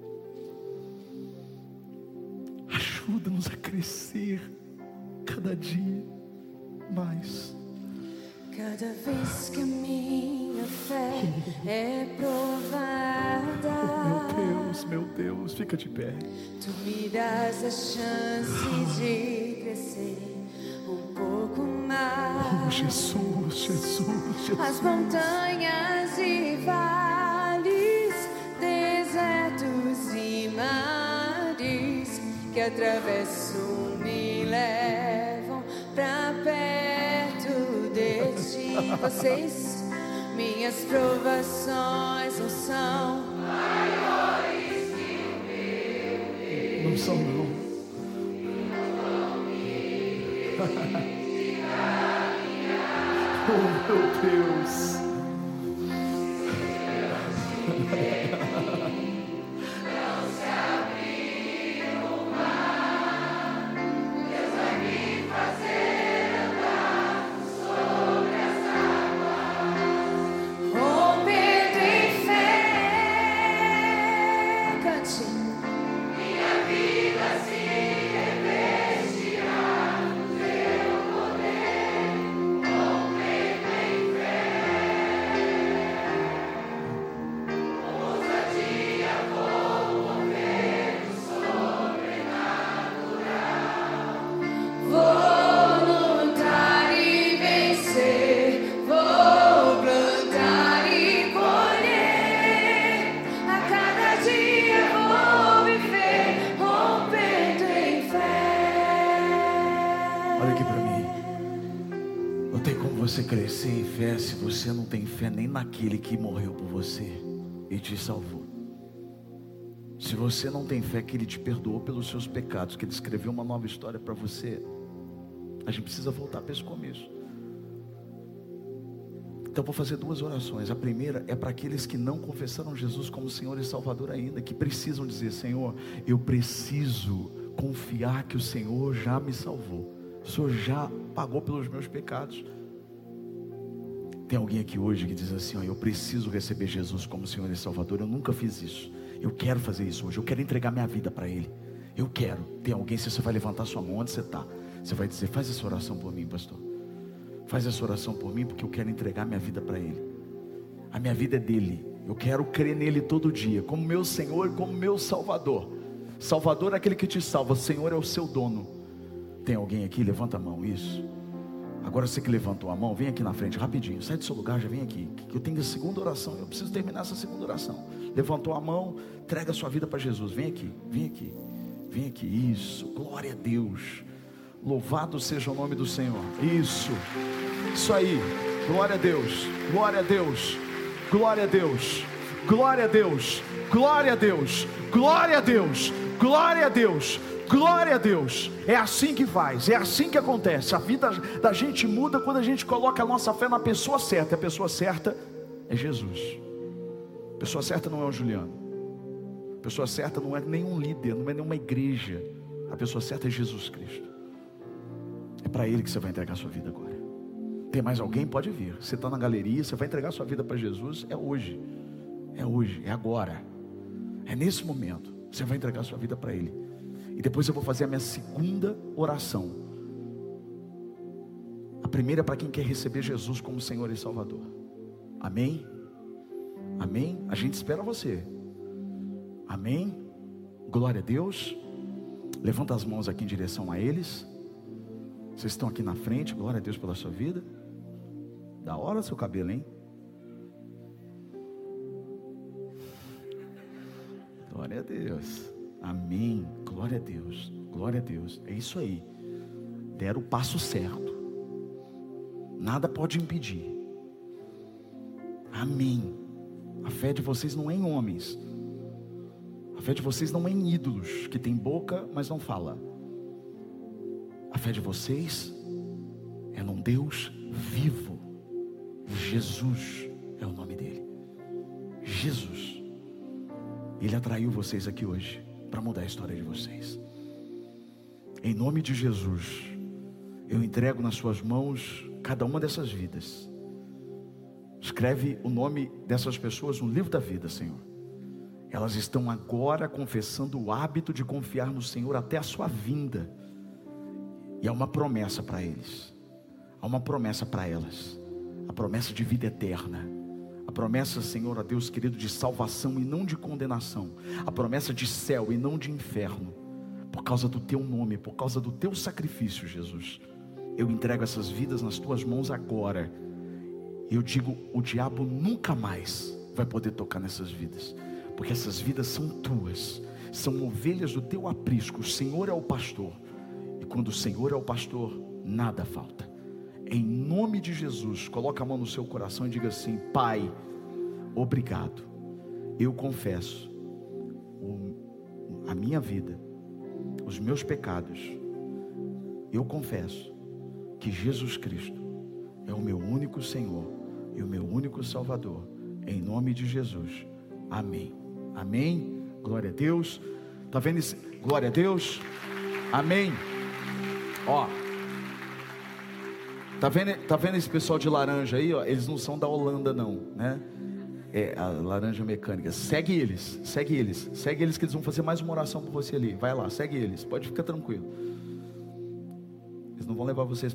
Ajuda-nos a crescer cada dia mais. Cada vez que a minha fé é provada, Oh, meu Deus, meu Deus, fica de pé. Tu me das a chance de crescer um pouco mais. Oh, Jesus, Jesus, Jesus. As montanhas e vales, desertos e mares que atravesso me levam pra perto de ti. Vocês, minhas provações não são maiores que o meu. Não são não. Oh, meu Deus. Olha aqui para mim. Não tem como você crescer em fé se você não tem fé nem naquele que morreu por você e te salvou. Se você não tem fé que Ele te perdoou pelos seus pecados, que Ele escreveu uma nova história para você, a gente precisa voltar para esse começo. Então vou fazer duas orações. A primeira é para aqueles que não confessaram Jesus como Senhor e Salvador ainda, que precisam dizer: Senhor, eu preciso confiar que o Senhor já me salvou, o Senhor já pagou pelos meus pecados. Tem alguém aqui hoje que diz assim: ó, eu preciso receber Jesus como Senhor e Salvador, eu nunca fiz isso, eu quero fazer isso hoje, eu quero entregar minha vida para Ele, eu quero. Tem alguém? Se você vai levantar sua mão onde você está, você vai dizer: faz essa oração por mim, pastor, faz essa oração por mim, porque eu quero entregar minha vida para Ele. A minha vida é dele, eu quero crer nele todo dia, como meu Senhor e como meu Salvador. Salvador é aquele que te salva, Senhor é o seu dono. Tem alguém aqui? Levanta a mão. Isso. Agora você que levantou a mão, vem aqui na frente rapidinho, sai do seu lugar, já vem aqui, que eu tenho a segunda oração, eu preciso terminar essa segunda oração. Levantou a mão, entrega a sua vida para Jesus. Vem aqui, vem aqui, vem aqui. Isso, glória a Deus, louvado seja o nome do Senhor. Isso, isso aí, glória a Deus, glória a Deus, glória a Deus, glória a Deus, glória a Deus, glória a Deus, glória a Deus, glória a Deus. É assim que faz, é assim que acontece. A vida da gente muda quando a gente coloca a nossa fé na pessoa certa. A pessoa certa é Jesus. A pessoa certa não é o Juliano, a pessoa certa não é nenhum líder, não é nenhuma igreja. A pessoa certa é Jesus Cristo. É para Ele que você vai entregar a sua vida agora. Tem mais alguém? Pode vir. Você está na galeria, você vai entregar a sua vida para Jesus. É hoje, é hoje, é agora, é nesse momento. Você vai entregar a sua vida para Ele. E depois eu vou fazer a minha segunda oração. A primeira é para quem quer receber Jesus como Senhor e Salvador. Amém? Amém? A gente espera você. Amém? Glória a Deus. Levanta as mãos aqui em direção a eles. Vocês estão aqui na frente. Glória a Deus pela sua vida. Da hora seu cabelo, hein? Glória a Deus. Amém, glória a Deus, glória a Deus. É isso aí, deram o passo certo, nada pode impedir. Amém. A fé de vocês não é em homens, a fé de vocês não é em ídolos que tem boca mas não fala. A fé de vocês é num Deus vivo. Jesus é o nome dele, Jesus. Ele atraiu vocês aqui hoje para mudar a história de vocês. Em nome de Jesus, eu entrego nas suas mãos cada uma dessas vidas. Escreve o nome dessas pessoas no livro da vida, Senhor. Elas estão agora confessando o hábito de confiar no Senhor até a sua vinda. E há uma promessa para eles, há uma promessa para elas, a promessa de vida eterna. A promessa, Senhor, a Deus querido, de salvação e não de condenação. A promessa de céu e não de inferno. Por causa do teu nome, por causa do teu sacrifício, Jesus. Eu entrego essas vidas nas tuas mãos agora. Eu digo, o diabo nunca mais vai poder tocar nessas vidas. Porque essas vidas são tuas. São ovelhas do teu aprisco. O Senhor é o pastor. E quando o Senhor é o pastor, nada falta. Em nome de Jesus, coloca a mão no seu coração e diga assim: Pai, obrigado. Eu confesso o, a minha vida, os meus pecados. Eu confesso que Jesus Cristo é o meu único Senhor e o meu único Salvador. Em nome de Jesus, amém. Amém, glória a Deus. Está vendo isso? Glória a Deus, amém. Ó, Tá vendo, tá vendo esse pessoal de laranja aí, ó? Eles não são da Holanda não, né? É a laranja mecânica. Segue eles, segue eles, segue eles que eles vão fazer mais uma oração por você ali. Vai lá, segue eles, pode ficar tranquilo. Eles não vão levar vocês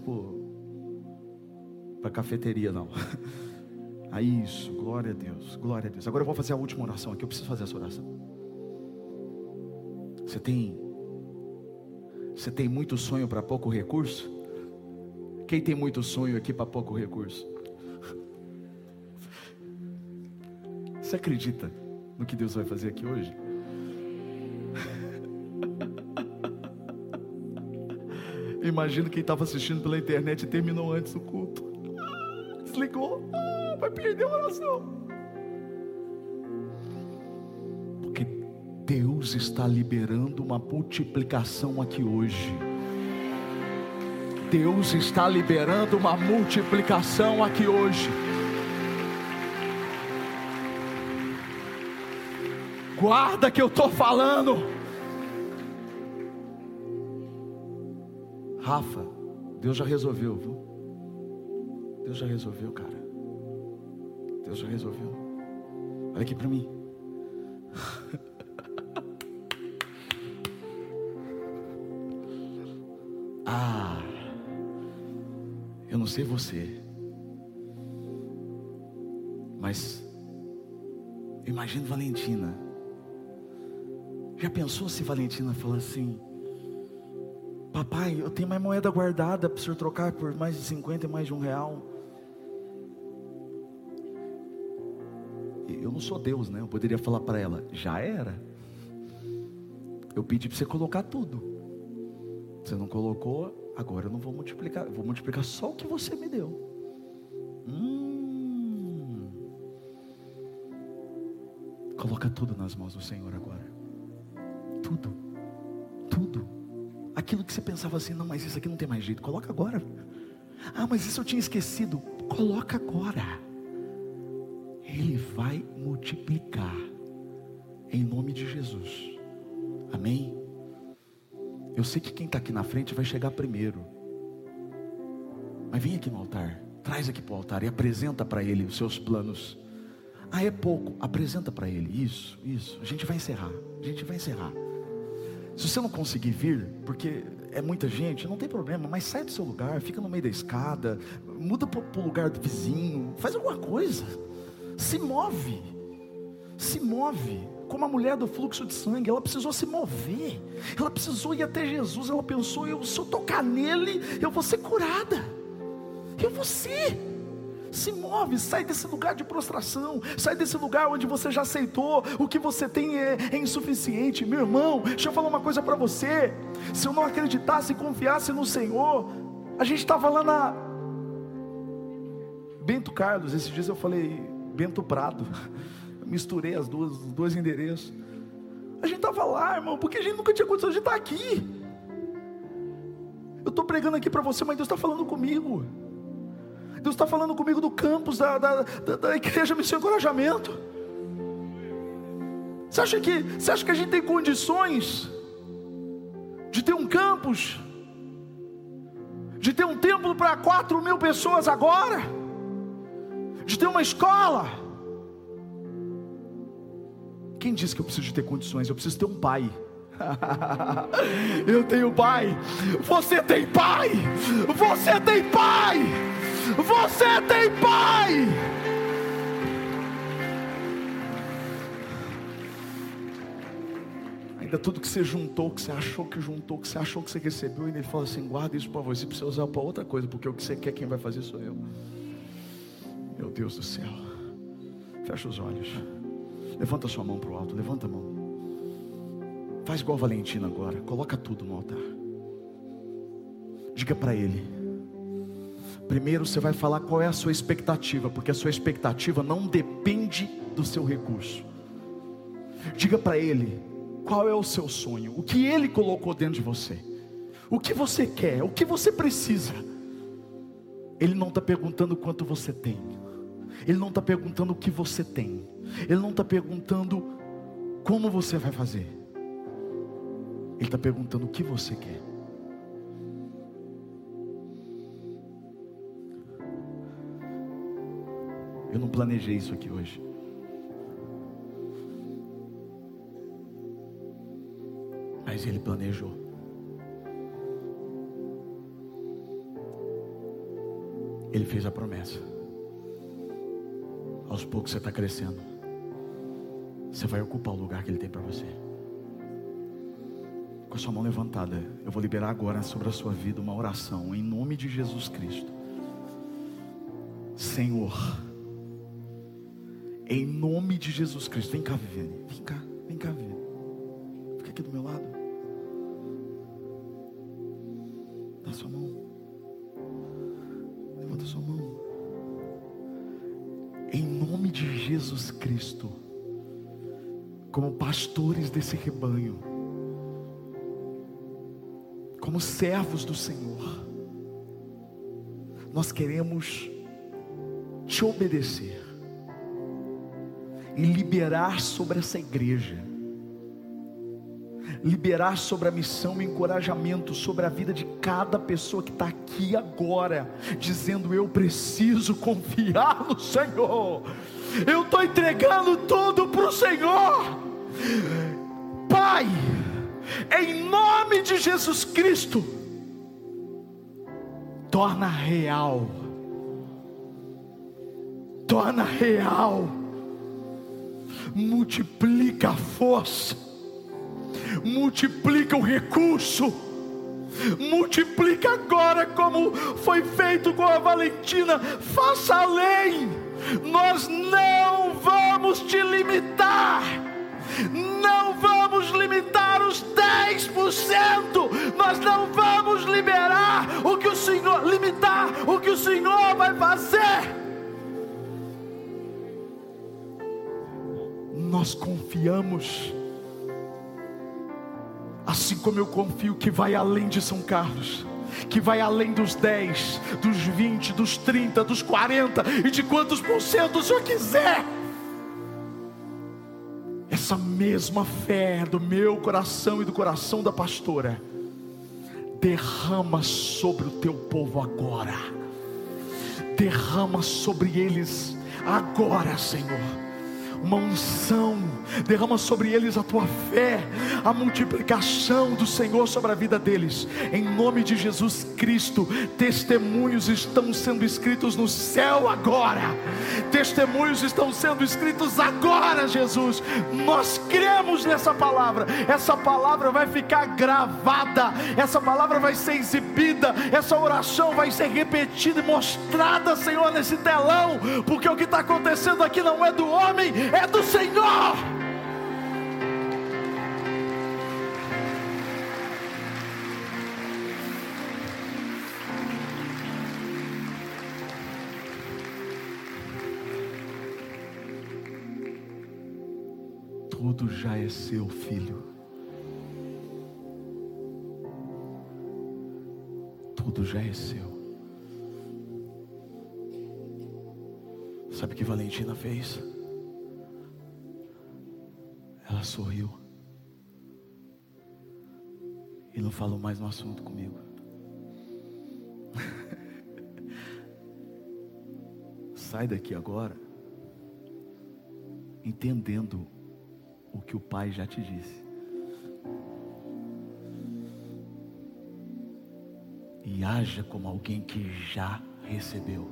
para cafeteria não. Aí isso, glória a Deus, glória a Deus. Agora eu vou fazer a última oração aqui, eu preciso fazer essa oração. Você tem, você tem muito sonho para pouco recurso? Quem tem muito sonho aqui para pouco recurso? Você acredita no que Deus vai fazer aqui hoje? Imagina quem estava assistindo pela internet e terminou antes do culto. Desligou. Ah, vai perder a oração. Porque Deus está liberando uma multiplicação aqui hoje. Deus está liberando uma multiplicação aqui hoje. Guarda que eu estou falando. Rafa, Deus já resolveu, viu? Deus já resolveu, cara. Deus já resolveu. Olha aqui para mim. Ah, eu não sei você, mas imagina Valentina. Já pensou se Valentina fala assim: papai, eu tenho mais moeda guardada para o senhor trocar por mais de cinquenta e mais de um real. Eu não sou Deus, né? Eu poderia falar para ela: já era. Eu pedi para você colocar tudo. Você não colocou, agora eu não vou multiplicar. Eu vou multiplicar só o que você me deu. Hum. Coloca tudo nas mãos do Senhor agora. Tudo. Tudo. Aquilo que você pensava assim: não, mas isso aqui não tem mais jeito. Coloca agora. Ah, mas isso eu tinha esquecido. Coloca agora. Ele vai multiplicar. Em nome de Jesus. Amém? Eu sei que quem está aqui na frente vai chegar primeiro. Mas vem aqui no altar. Traz aqui para o altar e apresenta para Ele os seus planos. Ah, é pouco. Apresenta para Ele. Isso, isso. A gente vai encerrar. A gente vai encerrar. Se você não conseguir vir, porque é muita gente, não tem problema, mas sai do seu lugar, fica no meio da escada, muda para o lugar do vizinho, faz alguma coisa, se move, se move, como a mulher do fluxo de sangue, ela precisou se mover, ela precisou ir até Jesus, ela pensou: eu, se eu tocar nele, eu vou ser curada, eu vou ser. Se move, sai desse lugar de prostração, sai desse lugar onde você já aceitou, o que você tem é, é insuficiente. Meu irmão, deixa eu falar uma coisa para você: se eu não acreditasse e confiasse no Senhor, a gente estava lá na Bento Carlos, esses dias eu falei Bento Prado, eu misturei as duas, os dois endereços. A gente estava lá, irmão, porque a gente nunca tinha condição de estar aqui. Eu estou pregando aqui para você, mas Deus está falando comigo. Deus está falando comigo do campus da, da, da, da igreja Missão e Encorajamento. Você acha que, você acha que a gente tem condições de ter um campus, de ter um templo para quatro mil pessoas agora, de ter uma escola? Quem disse que eu preciso de ter condições? Eu preciso ter um pai. Eu tenho pai. Você tem pai. Você tem pai. Você tem pai. Ainda tudo que você juntou, que você achou que juntou, que você achou que você recebeu, e ele fala assim: guarda isso para você, para você usar para outra coisa, porque o que você quer, quem vai fazer sou eu. Meu Deus do céu. Fecha os olhos. Levanta a sua mão para o alto. Levanta a mão. Faz igual a Valentina agora. Coloca tudo no altar. Diga para Ele. Primeiro você vai falar qual é a sua expectativa, porque a sua expectativa não depende do seu recurso. Diga para Ele qual é o seu sonho, o que Ele colocou dentro de você, o que você quer, o que você precisa. Ele não está perguntando quanto você tem, Ele não está perguntando o que você tem, Ele não está perguntando como você vai fazer, Ele está perguntando o que você quer. Eu não planejei isso aqui hoje. Mas Ele planejou. Ele fez a promessa. Aos poucos você está crescendo. Você vai ocupar o lugar que Ele tem para você. Com a sua mão levantada, eu vou liberar agora sobre a sua vida uma oração em nome de Jesus Cristo. Senhor, em nome de Jesus Cristo, vem cá, Viviane, vem cá, vem cá, Viviane, fica aqui do meu lado. sua mão. Levanta sua mão. Em nome de Jesus Cristo, como pastores desse rebanho, como servos do Senhor, nós queremos te obedecer e liberar sobre essa igreja, liberar sobre a missão e encorajamento sobre a vida de cada pessoa que está aqui agora, dizendo: eu preciso confiar no Senhor, eu estou entregando tudo para o Senhor. Pai, em nome de Jesus Cristo, torna real, torna real, multiplica a força, multiplica o recurso, multiplica agora como foi feito com a Valentina, faça além. Nós não vamos te limitar, não vamos limitar os dez por cento, nós não vamos liberar o que o Senhor, limitar o que o Senhor vai fazer. Nós confiamos, assim como eu confio que vai além de São Carlos, que vai além dos dez, dos vinte, dos trinta, dos quarenta e de quantos por cento o Senhor quiser. Essa mesma fé do meu coração e do coração da pastora, derrama sobre o teu povo agora, derrama sobre eles agora, Senhor, uma unção, derrama sobre eles a tua fé, a multiplicação do Senhor sobre a vida deles, em nome de Jesus Cristo. Testemunhos estão sendo escritos no céu agora, testemunhos estão sendo escritos agora, Jesus. Nós cremos nessa palavra, essa palavra vai ficar gravada, essa palavra vai ser exibida, essa oração vai ser repetida e mostrada, Senhor, nesse telão, porque o que está acontecendo aqui não é do homem, é do Senhor. Tudo já é seu, filho. Tudo já é seu. Sabe o que Valentina fez? Ela sorriu e não falou mais no assunto comigo. Sai daqui agora entendendo o que o Pai já te disse, e haja como alguém que já recebeu.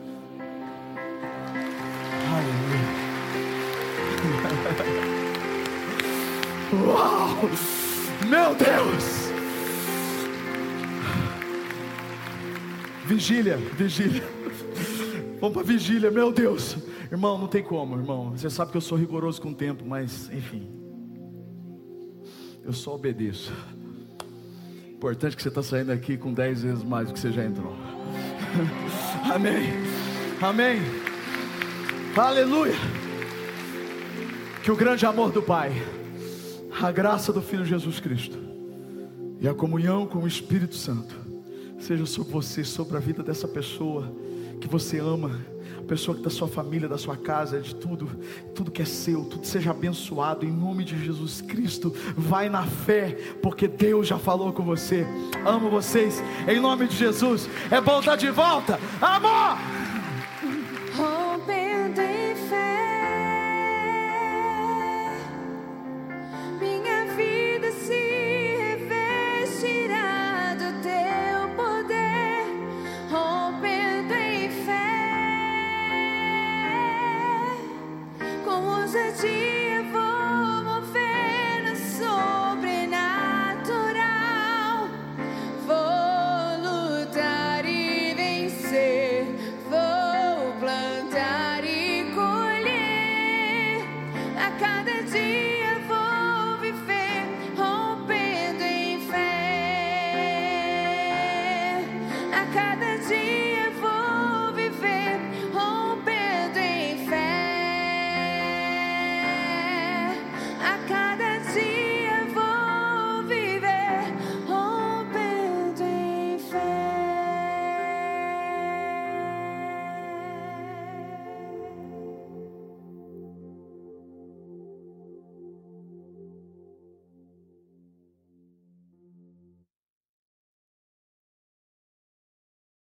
Aleluia. Uau, meu Deus. Vigília, vigília. Vamos para vigília, meu Deus. Irmão, não tem como, irmão. Você sabe que eu sou rigoroso com o tempo, mas enfim, eu só obedeço. Importante que você está saindo aqui com dez vezes mais do que você já entrou. Amém, amém, aleluia. Que o grande amor do Pai, a graça do Filho Jesus Cristo e a comunhão com o Espírito Santo seja sobre você, sobre a vida dessa pessoa que você ama, a pessoa que da sua família, da sua casa, de tudo, tudo que é seu, tudo seja abençoado em nome de Jesus Cristo. Vai na fé, porque Deus já falou com você. Amo vocês, em nome de Jesus. É bom estar de volta, amor. Rompendo em fé, minha vida se revestirá do teu poder. Rompendo em fé, com ousadia vou mover no sobrenatural. Vou lutar e vencer. Vou cada